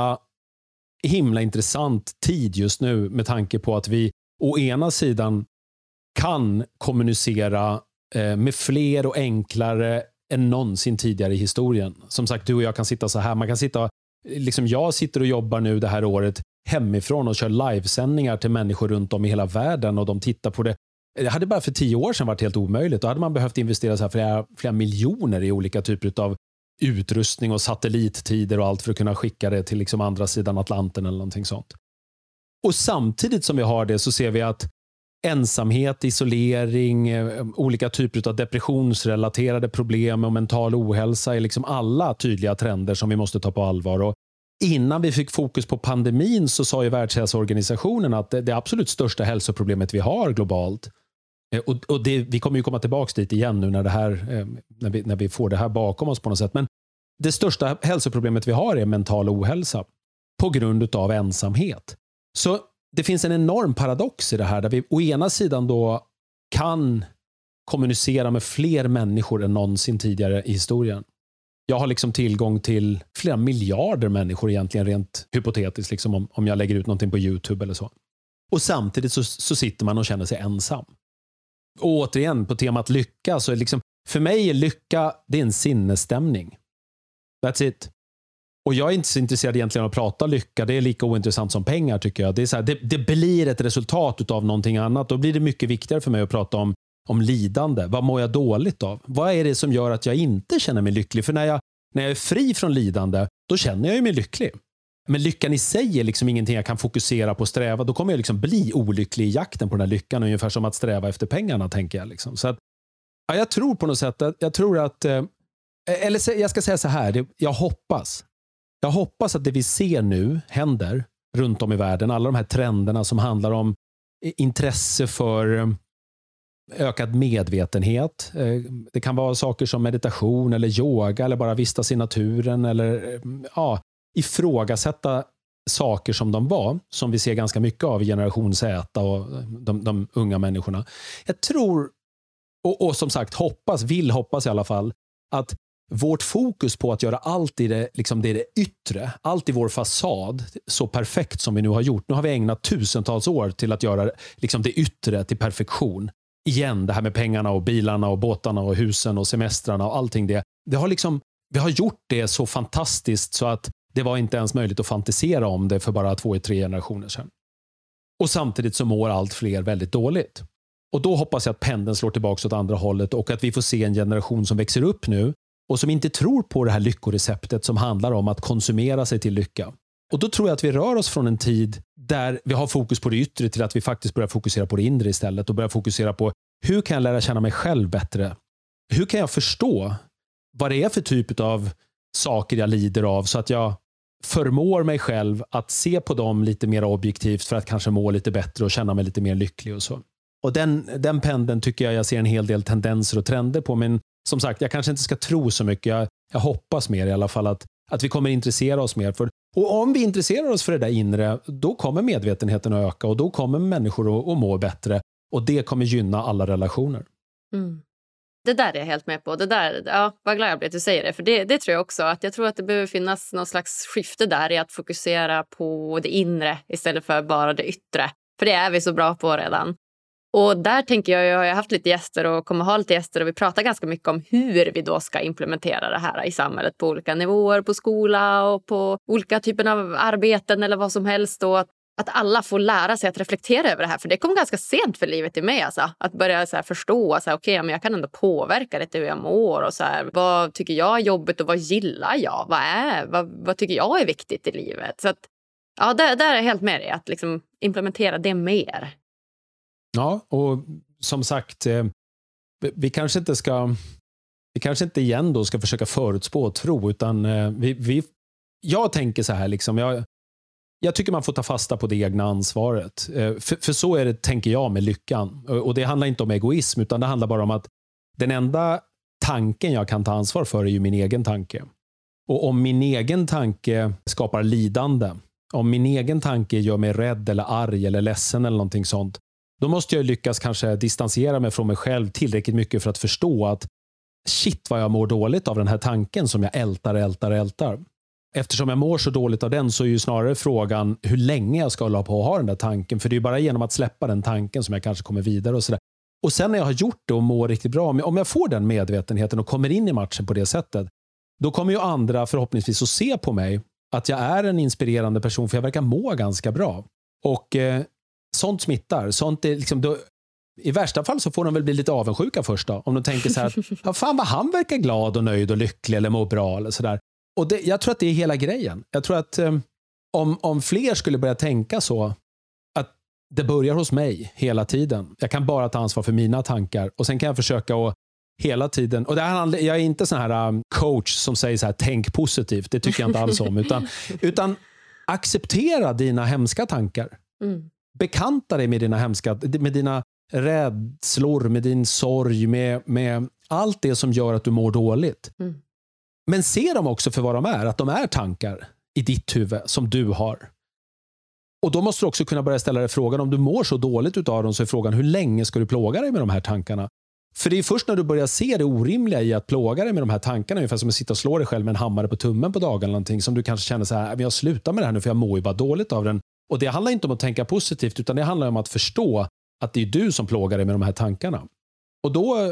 himla intressant tid just nu med tanke på att vi å ena sidan kan kommunicera med fler och enklare än någonsin tidigare i historien. Som sagt, du och jag kan sitta så här. Man kan sitta, liksom jag sitter och jobbar nu det här året hemifrån och kör livesändningar till människor runt om i hela världen och de tittar på det. Det hade bara för 10 år sedan varit helt omöjligt. Då hade man behövt investera så här flera miljoner i olika typer av utrustning och satellittider och allt för att kunna skicka det till liksom andra sidan Atlanten eller någonting sånt. Och samtidigt som vi har det så ser vi att ensamhet, isolering, olika typer av depressionsrelaterade problem och mental ohälsa är liksom alla tydliga trender som vi måste ta på allvar. Och innan vi fick fokus på pandemin så sa ju Världshälsoorganisationen att det absolut största hälsoproblemet vi har globalt, och vi kommer ju komma tillbaka dit igen nu när vi får det här bakom oss på något sätt, men det största hälsoproblemet vi har är mental ohälsa på grund av ensamhet. Så det finns en enorm paradox i det här där vi å ena sidan då kan kommunicera med fler människor än någonsin tidigare i historien. Jag har liksom tillgång till flera miljarder människor egentligen rent hypotetiskt liksom om jag lägger ut någonting på YouTube eller så. Och samtidigt så sitter man och känner sig ensam. Och återigen på temat lycka så är liksom, för mig är lycka, det är en sinnesstämning. That's it. Och jag är inte så intresserad egentligen av att prata lycka. Det är lika ointressant som pengar tycker jag. Det är så här, det blir ett resultat av någonting annat. Då blir det mycket viktigare för mig att prata om lidande. Vad mår jag dåligt av? Vad är det som gör att jag inte känner mig lycklig? För när jag är fri från lidande, då känner jag ju mig lycklig. Men lyckan i sig är liksom ingenting jag kan fokusera på och sträva. Då kommer jag liksom bli olycklig i jakten på den här lyckan. Ungefär som att sträva efter pengarna, tänker jag. Liksom. Så att, ja, jag tror på något sätt eller jag ska säga så här. Jag hoppas att det vi ser nu händer runt om i världen. Alla de här trenderna som handlar om intresse för ökad medvetenhet. Det kan vara saker som meditation eller yoga eller bara vistas i naturen eller ifrågasätta saker som de var, som vi ser ganska mycket av i generation Z och de unga människorna. Jag tror och som sagt vill hoppas i alla fall att vårt fokus på att göra allt i det yttre, allt i vår fasad så perfekt som vi nu har gjort. Nu har vi ägnat tusentals år till att göra liksom det yttre till perfektion. Igen, det här med pengarna och bilarna och båtarna och husen och semestrarna och allting det. Vi har gjort det så fantastiskt så att det var inte ens möjligt att fantisera om det för bara 2-3 generationer sedan. Och samtidigt så mår allt fler väldigt dåligt. Och då hoppas jag att pendeln slår tillbaka åt andra hållet och att vi får se en generation som växer upp nu och som inte tror på det här lyckoreceptet som handlar om att konsumera sig till lycka. Och då tror jag att vi rör oss från en tid där vi har fokus på det yttre till att vi faktiskt börjar fokusera på det inre istället och börjar fokusera på hur kan jag lära känna mig själv bättre? Hur kan jag förstå vad det är för typ av saker jag lider av så att jag förmår mig själv att se på dem lite mer objektivt för att kanske må lite bättre och känna mig lite mer lycklig och så. Och den pendeln tycker jag ser en hel del tendenser och trender på, men som sagt, jag kanske inte ska tro så mycket. Jag hoppas mer i alla fall att vi kommer intressera oss mer för. Och om vi intresserar oss för det där inre, då kommer medvetenheten att öka och då kommer människor att må bättre och det kommer gynna alla relationer. Mm. Det där är jag helt med på. Det där, ja, vad glad jag blir att du säger det. För det tror jag också. Att jag tror att det behöver finnas någon slags skifte där i att fokusera på det inre istället för bara det yttre. För det är vi så bra på redan. Och där tänker jag har haft lite gäster och kommer ha lite gäster och vi pratar ganska mycket om hur vi då ska implementera det här i samhället på olika nivåer, på skola och på olika typer av arbeten eller vad som helst. Och att alla får lära sig att reflektera över det här. För det kom ganska sent för livet i mig. Alltså. Att börja så här förstå, okej, men jag kan ändå påverka det hur jag mår. Och så här, vad tycker jag är jobbigt och vad gillar jag? Vad tycker jag är viktigt i livet? Så att, ja, där är jag helt med dig. Att liksom implementera det mer. Ja, och som sagt, vi kanske inte igen då ska försöka förutspå och tro, utan jag tänker så här liksom, jag tycker man får ta fasta på det egna ansvaret. För så är det, tänker jag, med lyckan. Och det handlar inte om egoism, utan det handlar bara om att den enda tanken jag kan ta ansvar för är ju min egen tanke. Och om min egen tanke skapar lidande, om min egen tanke gör mig rädd eller arg eller ledsen eller någonting sånt, då måste jag lyckas kanske distansera mig från mig själv tillräckligt mycket för att förstå att shit vad jag mår dåligt av den här tanken som jag ältar. Eftersom jag mår så dåligt av den så är ju snarare frågan hur länge jag ska hålla på att ha den där tanken. För det är bara genom att släppa den tanken som jag kanske kommer vidare och sådär. Och sen när jag har gjort det och mår riktigt bra, om jag får den medvetenheten och kommer in i matchen på det sättet, då kommer ju andra förhoppningsvis att se på mig att jag är en inspirerande person, för jag verkar må ganska bra. Och sånt smittar. Sånt är liksom, då, i värsta fall så får de väl bli lite avundsjuka först då. Om de tänker så här att ja, fan vad han verkar glad och nöjd och lycklig eller mår bra eller sådär. Och jag tror att det är hela grejen. Jag tror att om fler skulle börja tänka så, att det börjar hos mig hela tiden. Jag kan bara ta ansvar för mina tankar och sen kan jag försöka att hela tiden, och jag är inte sån här coach som säger så här, tänk positivt. Det tycker jag inte alls om. Utan acceptera dina hemska tankar. Mm. Bekanta dig med med dina rädslor, med din sorg, med allt det som gör att du mår dåligt. Mm. Men se dem också för vad de är, att de är tankar i ditt huvud som du har. Och då måste du också kunna börja ställa dig frågan, om du mår så dåligt utav dem, så är frågan, hur länge ska du plåga dig med de här tankarna? För det är först när du börjar se det orimliga i att plåga dig med de här tankarna, ungefär som att sitta och slå dig själv med en hammare på tummen på dagen eller någonting, som du kanske känner så här, jag slutar med det här nu för jag mår ju bara dåligt av den. Och det handlar inte om att tänka positivt, utan det handlar om att förstå att det är du som plågar dig med de här tankarna. Och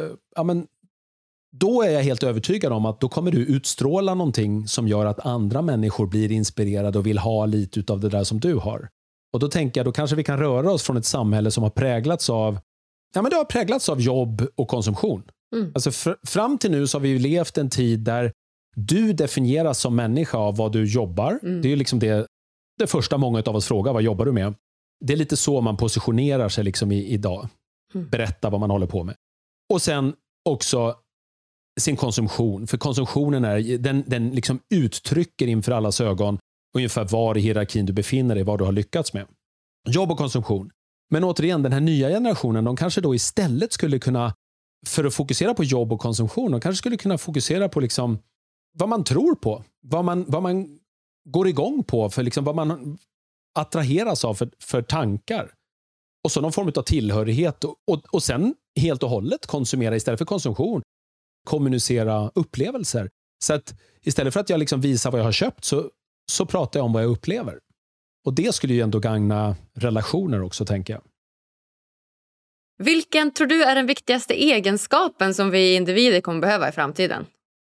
då är jag helt övertygad om att då kommer du utstråla någonting som gör att andra människor blir inspirerade och vill ha lite av det där som du har. Och då tänker jag, då kanske vi kan röra oss från ett samhälle som har präglats av, det har präglats av jobb och konsumtion. Mm. Alltså fram till nu så har vi levt en tid där du definieras som människa av vad du jobbar. Mm. Det är ju liksom det första många av oss frågar, vad jobbar du med? Det är lite så man positionerar sig liksom idag. Berätta vad man håller på med. Och sen också sin konsumtion. För konsumtionen den liksom uttrycker inför allas ögon ungefär var i hierarkin du befinner dig, vad du har lyckats med. Jobb och konsumtion. Men återigen, den här nya generationen, de kanske då istället skulle kunna, för att fokusera på jobb och konsumtion, de kanske skulle kunna fokusera på liksom vad man tror på. Vad man går igång på, för liksom vad man attraheras av för tankar. Och så någon form av tillhörighet. Och sen helt och hållet konsumera istället för konsumtion. Kommunicera upplevelser. Så att istället för att jag liksom visar vad jag har köpt, så pratar jag om vad jag upplever. Och det skulle ju ändå gagna relationer också, tänker jag. Vilken tror du är den viktigaste egenskapen som vi individer kommer behöva i framtiden?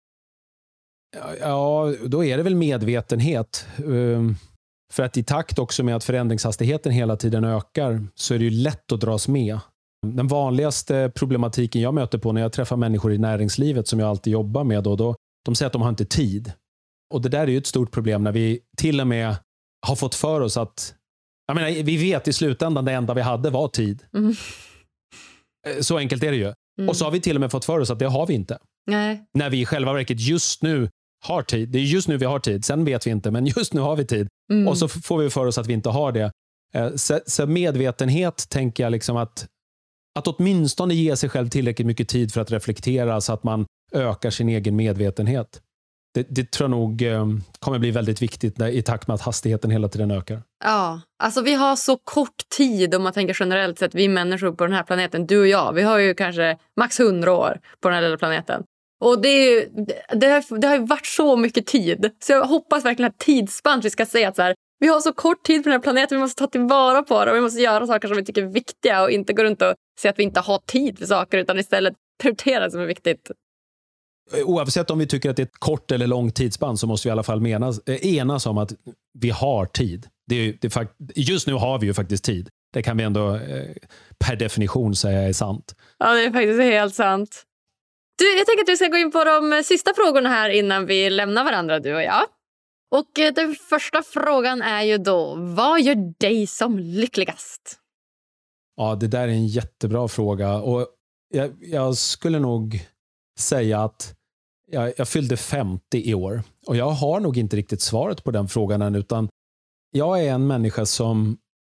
Ja, då är det väl medvetenhet. För att i takt också med att förändringshastigheten hela tiden ökar, så är det ju lätt att dras med. Den vanligaste problematiken jag möter på när jag träffar människor i näringslivet, som jag alltid jobbar med, då de säger att de har inte tid. Och det där är ju ett stort problem när vi till och med har fått för oss att, vi vet i slutändan det enda vi hade var tid. Mm. Så enkelt är det ju. Mm. Och så har vi till och med fått för oss att det har vi inte. Nej. När vi i själva verket just nu har tid. Det är just nu vi har tid. Sen vet vi inte, men just nu har vi tid. Mm. Och så får vi för oss att vi inte har det. Så medvetenhet, tänker jag liksom att åtminstone ge sig själv tillräckligt mycket tid för att reflektera, så att man ökar sin egen medvetenhet. Det tror jag nog kommer bli väldigt viktigt i takt med att hastigheten hela tiden ökar. Ja, alltså vi har så kort tid om man tänker generellt sett, vi människor på den här planeten, du och jag, vi har ju kanske max 100 år på den här lilla planeten. Och det har ju varit så mycket tid. Så jag hoppas verkligen att tidsspann vi ska säga att så här, vi har så kort tid på den här planeten, vi måste ta tillvara på det och vi måste göra saker som vi tycker är viktiga och inte gå runt och säga att vi inte har tid för saker utan istället prioritera det som är viktigt. Oavsett om vi tycker att det är ett kort eller långt tidsspann så måste vi i alla fall enas om att vi har tid. Just nu har vi ju faktiskt tid. Det kan vi ändå per definition säga är sant. Ja, det är faktiskt helt sant. Du, jag tänker att vi ska gå in på de sista frågorna här innan vi lämnar varandra, du och jag. Och den första frågan är ju då, vad gör dig som lyckligast? Ja, det där är en jättebra fråga. Och jag skulle nog säga att jag fyllde 50 i år. Och jag har nog inte riktigt svaret på den frågan än, utan jag är en människa som,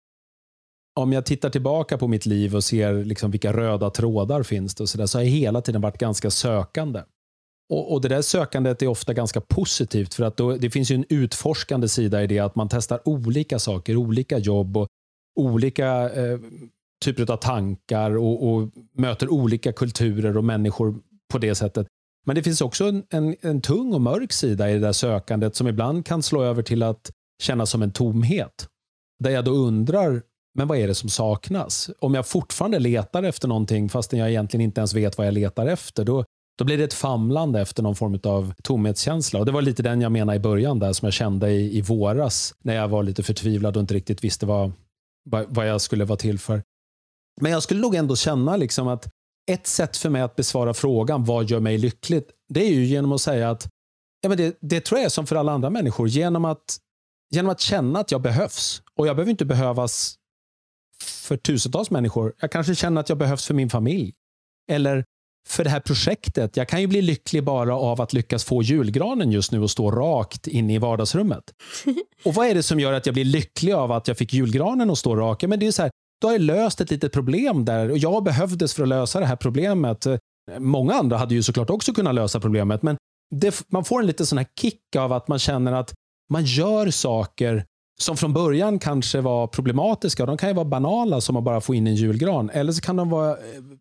om jag tittar tillbaka på mitt liv och ser liksom vilka röda trådar finns det och så har jag hela tiden varit ganska sökande. Och det där sökandet är ofta ganska positivt för att det finns ju en utforskande sida i det att man testar olika saker, olika jobb och olika typer av tankar och möter olika kulturer och människor på det sättet. Men det finns också en tung och mörk sida i det där sökandet som ibland kan slå över till att kännas som en tomhet. Där jag då undrar, men vad är det som saknas? Om jag fortfarande letar efter någonting fastän jag egentligen inte ens vet vad jag letar efter, då blir det ett famlande efter någon form av tomhetskänsla. Och det var lite den jag menade i början där som jag kände i våras när jag var lite förtvivlad och inte riktigt visste vad jag skulle vara till för. Men jag skulle nog ändå känna liksom att ett sätt för mig att besvara frågan vad gör mig lyckligt, det är ju genom att säga att det tror jag är som för alla andra människor, genom att känna att jag behövs. Och jag behöver inte behövas för tusentals människor. Jag kanske känner att jag behövs för min familj. Eller för det här projektet. Jag kan ju bli lycklig bara av att lyckas få julgranen just nu och stå rakt in i vardagsrummet. Och vad är det som gör att jag blir lycklig av att jag fick julgranen att stå rakt? Men det är så här, då har jag löst ett litet problem där och jag behövdes för att lösa det här problemet. Många andra hade ju såklart också kunnat lösa problemet, men man får en lite sån här kick av att man känner att man gör saker som från början kanske var problematiska. De kan ju vara banala som att bara få in en julgran, eller så kan de vara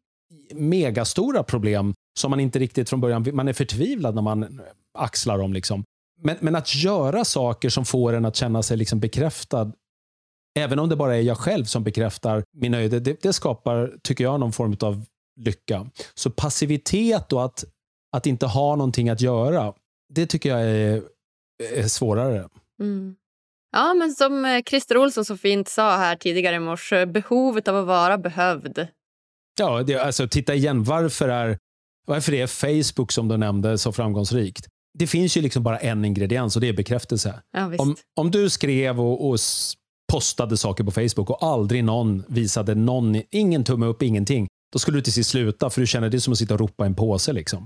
megastora problem som man inte riktigt från början, man är förtvivlad när man axlar dem liksom. Men att göra saker som får en att känna sig liksom bekräftad, även om det bara är jag själv som bekräftar min nöjd, det skapar, tycker jag, någon form av lycka. Så passivitet och att inte ha någonting att göra, det tycker jag är svårare. Mm. Ja, men som Christer Olsson så fint sa här tidigare i morse, behovet av att vara behövd. Ja, alltså titta igen, varför är Facebook som du nämnde så framgångsrikt? Det finns ju liksom bara en ingrediens och det är bekräftelse. Ja, om du skrev och postade saker på Facebook och aldrig någon visade ingen tumme upp, ingenting, då skulle du till sist sluta för du känner det som att sitta och ropa en påse liksom.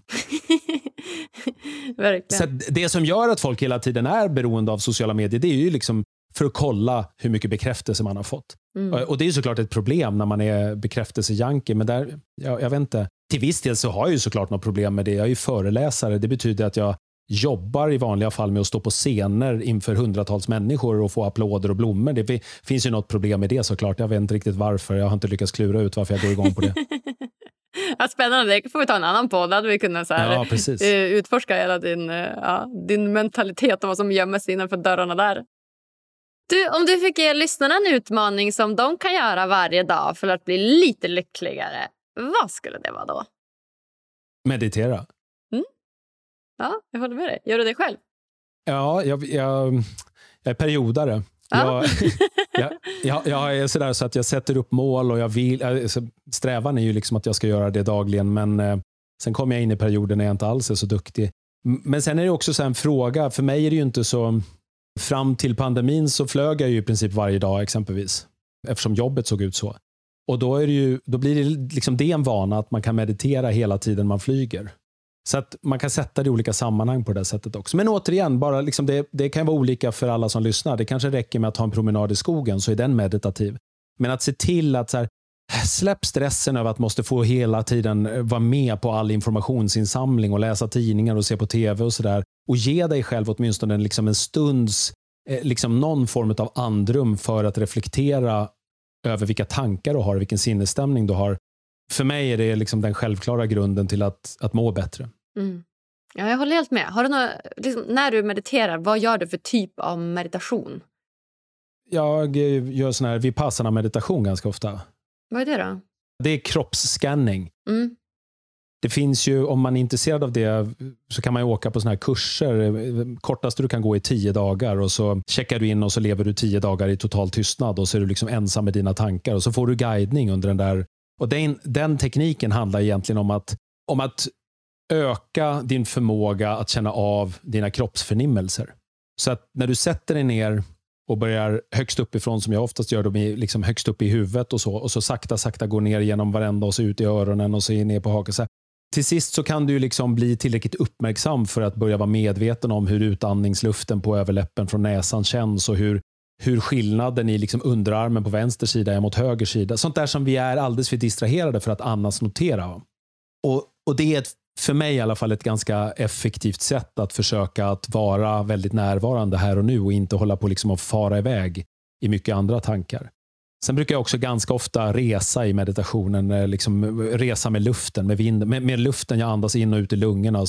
Verkligen. Så det som gör att folk hela tiden är beroende av sociala medier, det är ju liksom för att kolla hur mycket bekräftelse man har fått. Och det är ju såklart ett problem när man är bekräftelsejanke, men där, jag vet inte, till viss del så har jag ju såklart något problem med det. Jag är ju föreläsare, det betyder att jag jobbar i vanliga fall med att stå på scener inför hundratals människor och få applåder och blommor. Det finns ju något problem med det såklart. Jag vet inte riktigt varför. Jag har inte lyckats klura ut varför jag går igång på det. Ja, spännande, det får vi ta en annan podd. Hade vi kunnat så här, utforska hela din mentalitet och vad som gömmer sig innanför dörrarna där. Du, om du fick ge lyssnarna en utmaning som de kan göra varje dag för att bli lite lyckligare, vad skulle det vara då? Meditera. Ja, jag håller med dig. Gör du det själv? Ja, jag är periodare. Ja. Jag är sådär så att jag sätter upp mål och jag vill, strävan är ju liksom att jag ska göra det dagligen, men sen kommer jag in i perioder när jag inte alls är så duktig. Men sen är det också så en fråga, för mig är det ju inte så, fram till pandemin så flög jag ju i princip varje dag exempelvis, eftersom jobbet såg ut så. Och då blir det liksom det en vana att man kan meditera hela tiden man flyger. Så att man kan sätta det i olika sammanhang på det sättet också. Men återigen, bara liksom det kan vara olika för alla som lyssnar. Det kanske räcker med att ta en promenad i skogen så är den meditativ. Men att se till att så här, släpp stressen över att måste få hela tiden vara med på all informationsinsamling och läsa tidningar och se på tv och sådär. Och ge dig själv åtminstone liksom en stunds liksom någon form av andrum för att reflektera över vilka tankar du har, vilken sinnesstämning du har. För mig är det liksom den självklara grunden till att må bättre. Mm. Ja, jag håller helt med. Har du liksom, när du mediterar, vad gör du för typ av meditation? Jag gör sån här vipassana-meditation ganska ofta. Vad är det då? Det är kroppsscanning. Mm. Det finns ju, om man är intresserad av det, så kan man ju åka på såna här kurser. Kortaste du kan gå i 10 dagar och så checkar du in och så lever du 10 dagar i total tystnad och så är du liksom ensam med dina tankar och så får du guidning under den där. Och den tekniken handlar egentligen om att öka din förmåga att känna av dina kroppsförnimmelser. Så att när du sätter dig ner och börjar högst uppifrån, som jag oftast gör, de är liksom högst upp i huvudet och så sakta går ner genom varenda och så ut i öronen och så ner på hakan. Så till sist så kan du liksom bli tillräckligt uppmärksam för att börja vara medveten om hur utandningsluften på överläppen från näsan känns och hur skillnaden i liksom underarmen på vänster sida är mot höger sida. Sånt där som vi är alldeles för distraherade för att annars notera. Och det är för mig i alla fall ett ganska effektivt sätt att försöka att vara väldigt närvarande här och nu och inte hålla på liksom att fara iväg i mycket andra tankar. Sen brukar jag också ganska ofta resa i meditationen, liksom resa med luften, med vinden, med luften jag andas in och ut i lungorna,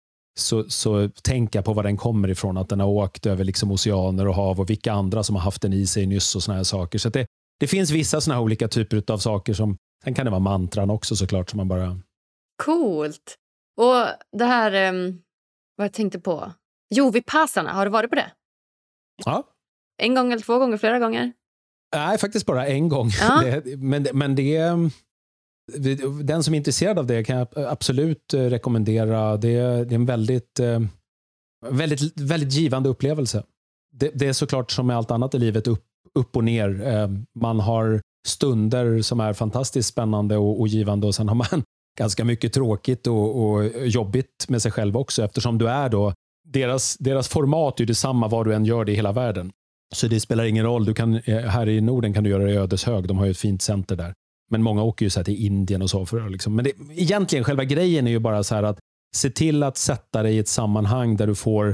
så tänker jag på var den kommer ifrån, att den har åkt över liksom oceaner och hav och vilka andra som har haft den i sig nyss och såna här saker. Så det finns vissa såna här olika typer av saker som, sen kan det vara mantran också såklart som man bara... Coolt! Och det här, vad jag tänkte på. Jo, vipassana, har du varit på det? Ja. 1 gång eller 2 gånger, flera gånger? Nej, faktiskt bara 1 gång. Ja. Men den som är intresserad av det kan jag absolut rekommendera. Det är en väldigt, väldigt givande upplevelse. Det är såklart som med allt annat i livet upp och ner. Man har stunder som är fantastiskt spännande och givande och sen har man ganska mycket tråkigt och jobbigt med sig själv också, eftersom du är då, deras format är ju detsamma var du än gör det i hela världen. Så det spelar ingen roll. Du kan, här i Norden kan du göra det i Ödeshög, de har ju ett fint center där. Men många åker ju så här till Indien och så för liksom. Men egentligen själva grejen är ju bara så här att se till att sätta dig i ett sammanhang där du får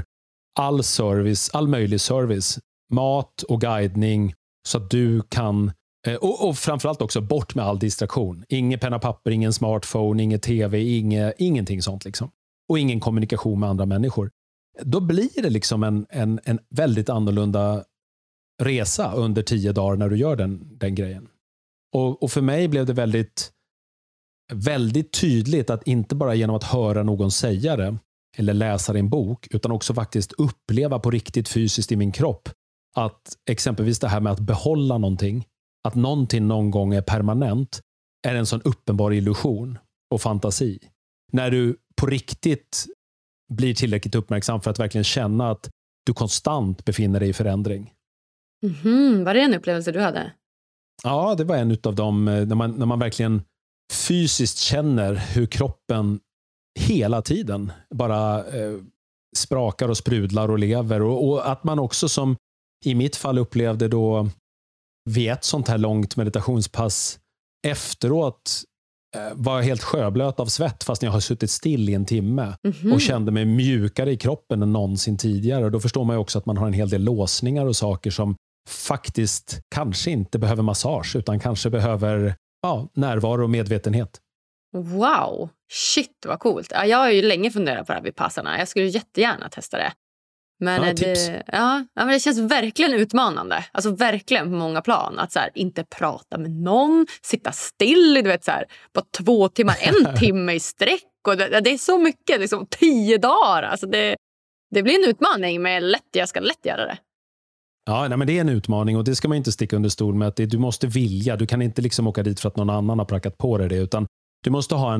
all möjlig service, mat och guidning, så att du kan och framförallt också bort med all distraktion. Ingen penna papper, ingen smartphone, ingen tv, ingenting sånt liksom. Och ingen kommunikation med andra människor. Då blir det liksom en väldigt annorlunda resa under 10 dagar när du gör den grejen. Och för mig blev det väldigt, väldigt tydligt att inte bara genom att höra någon säga det eller läsa det i en bok, utan också faktiskt uppleva på riktigt fysiskt i min kropp att exempelvis det här med att behålla någonting, att någonting någon gång är permanent, är en sån uppenbar illusion och fantasi. När du på riktigt blir tillräckligt uppmärksam för att verkligen känna att du konstant befinner dig i förändring. Var det en upplevelse du hade? Ja, det var en utav dem när man verkligen fysiskt känner hur kroppen hela tiden bara sprakar och sprudlar och lever. Och att man också, som i mitt fall upplevde då vid ett sånt här långt meditationspass efteråt, var helt sjöblöt av svett fast jag har suttit still i 1 timme och kände mig mjukare i kroppen än någonsin tidigare. Och då förstår man ju också att man har en hel del låsningar och saker som faktiskt kanske inte behöver massage utan kanske behöver närvaro och medvetenhet. Wow, shit vad coolt. Ja, jag har ju länge funderat på det här vipassana. Jag skulle jättegärna testa det. Men men det känns verkligen utmanande. Alltså verkligen på många plan. Att så här, inte prata med någon, sitta still, du vet så här, bara 2 timmar, 1 timme i sträck. Och det är så mycket, liksom 10 dagar. Alltså det blir en utmaning, men jag ska lätt göra det. Ja, nej, men det är en utmaning och det ska man inte sticka under stol med. Att du måste vilja, du kan inte liksom åka dit för att någon annan har prackat på dig det, utan du måste ha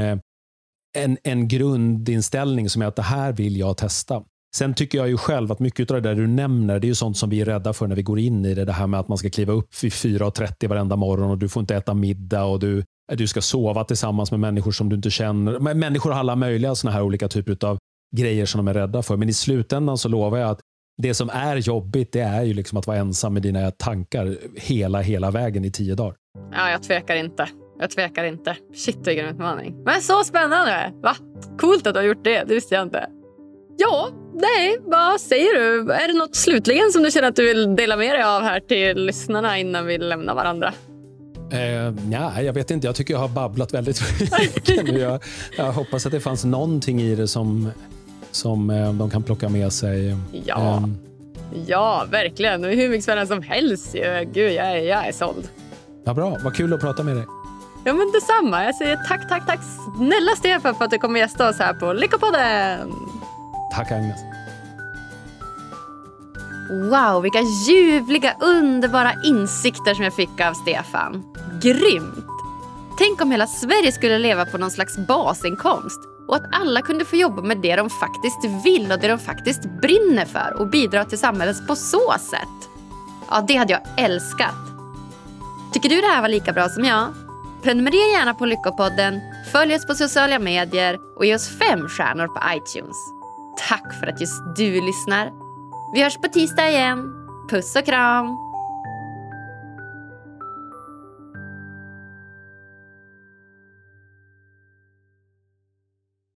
en grundinställning som är att det här vill jag testa. Sen tycker jag ju själv att mycket av det där du nämner, det är ju sånt som vi är rädda för när vi går in i det här med att man ska kliva upp vid 4:30 varenda morgon och du får inte äta middag och du ska sova tillsammans med människor som du inte känner. Människor har alla möjliga såna här olika typer av grejer som de är rädda för. Men i slutändan så lovar jag att det som är jobbigt, det är ju liksom att vara ensam med dina tankar hela vägen i 10 dagar. Ja, jag tvekar inte. Shit, vilken utmaning. Men så spännande, va? Coolt att du har gjort det visste jag inte. Ja, Nej, vad säger du? Är det något slutligen som du känner att du vill dela med dig av här till lyssnarna innan vi lämnar varandra? Nej, jag vet inte. Jag tycker jag har babblat väldigt mycket nu. Jag hoppas att det fanns någonting i det som de kan plocka med sig. Ja, verkligen. Och hur mycket spännande som helst. Gud, jag är såld. Ja, bra. Vad kul att prata med dig. Ja, men detsamma. Jag säger tack snälla Stefan för att du kommer gästa oss här på Lyckopodden. Tack, Agnes. Wow, vilka ljuvliga, underbara insikter som jag fick av Stefan. Grymt! Tänk om hela Sverige skulle leva på någon slags basinkomst och att alla kunde få jobba med det de faktiskt vill och det de faktiskt brinner för och bidra till samhället på så sätt. Ja, det hade jag älskat. Tycker du det här var lika bra som jag? Prenumerera gärna på Lyckopodden, följ oss på sociala medier och ge oss 5 stjärnor på iTunes. Tack för att just du lyssnar. Vi hörs på tisdag igen. Puss och kram!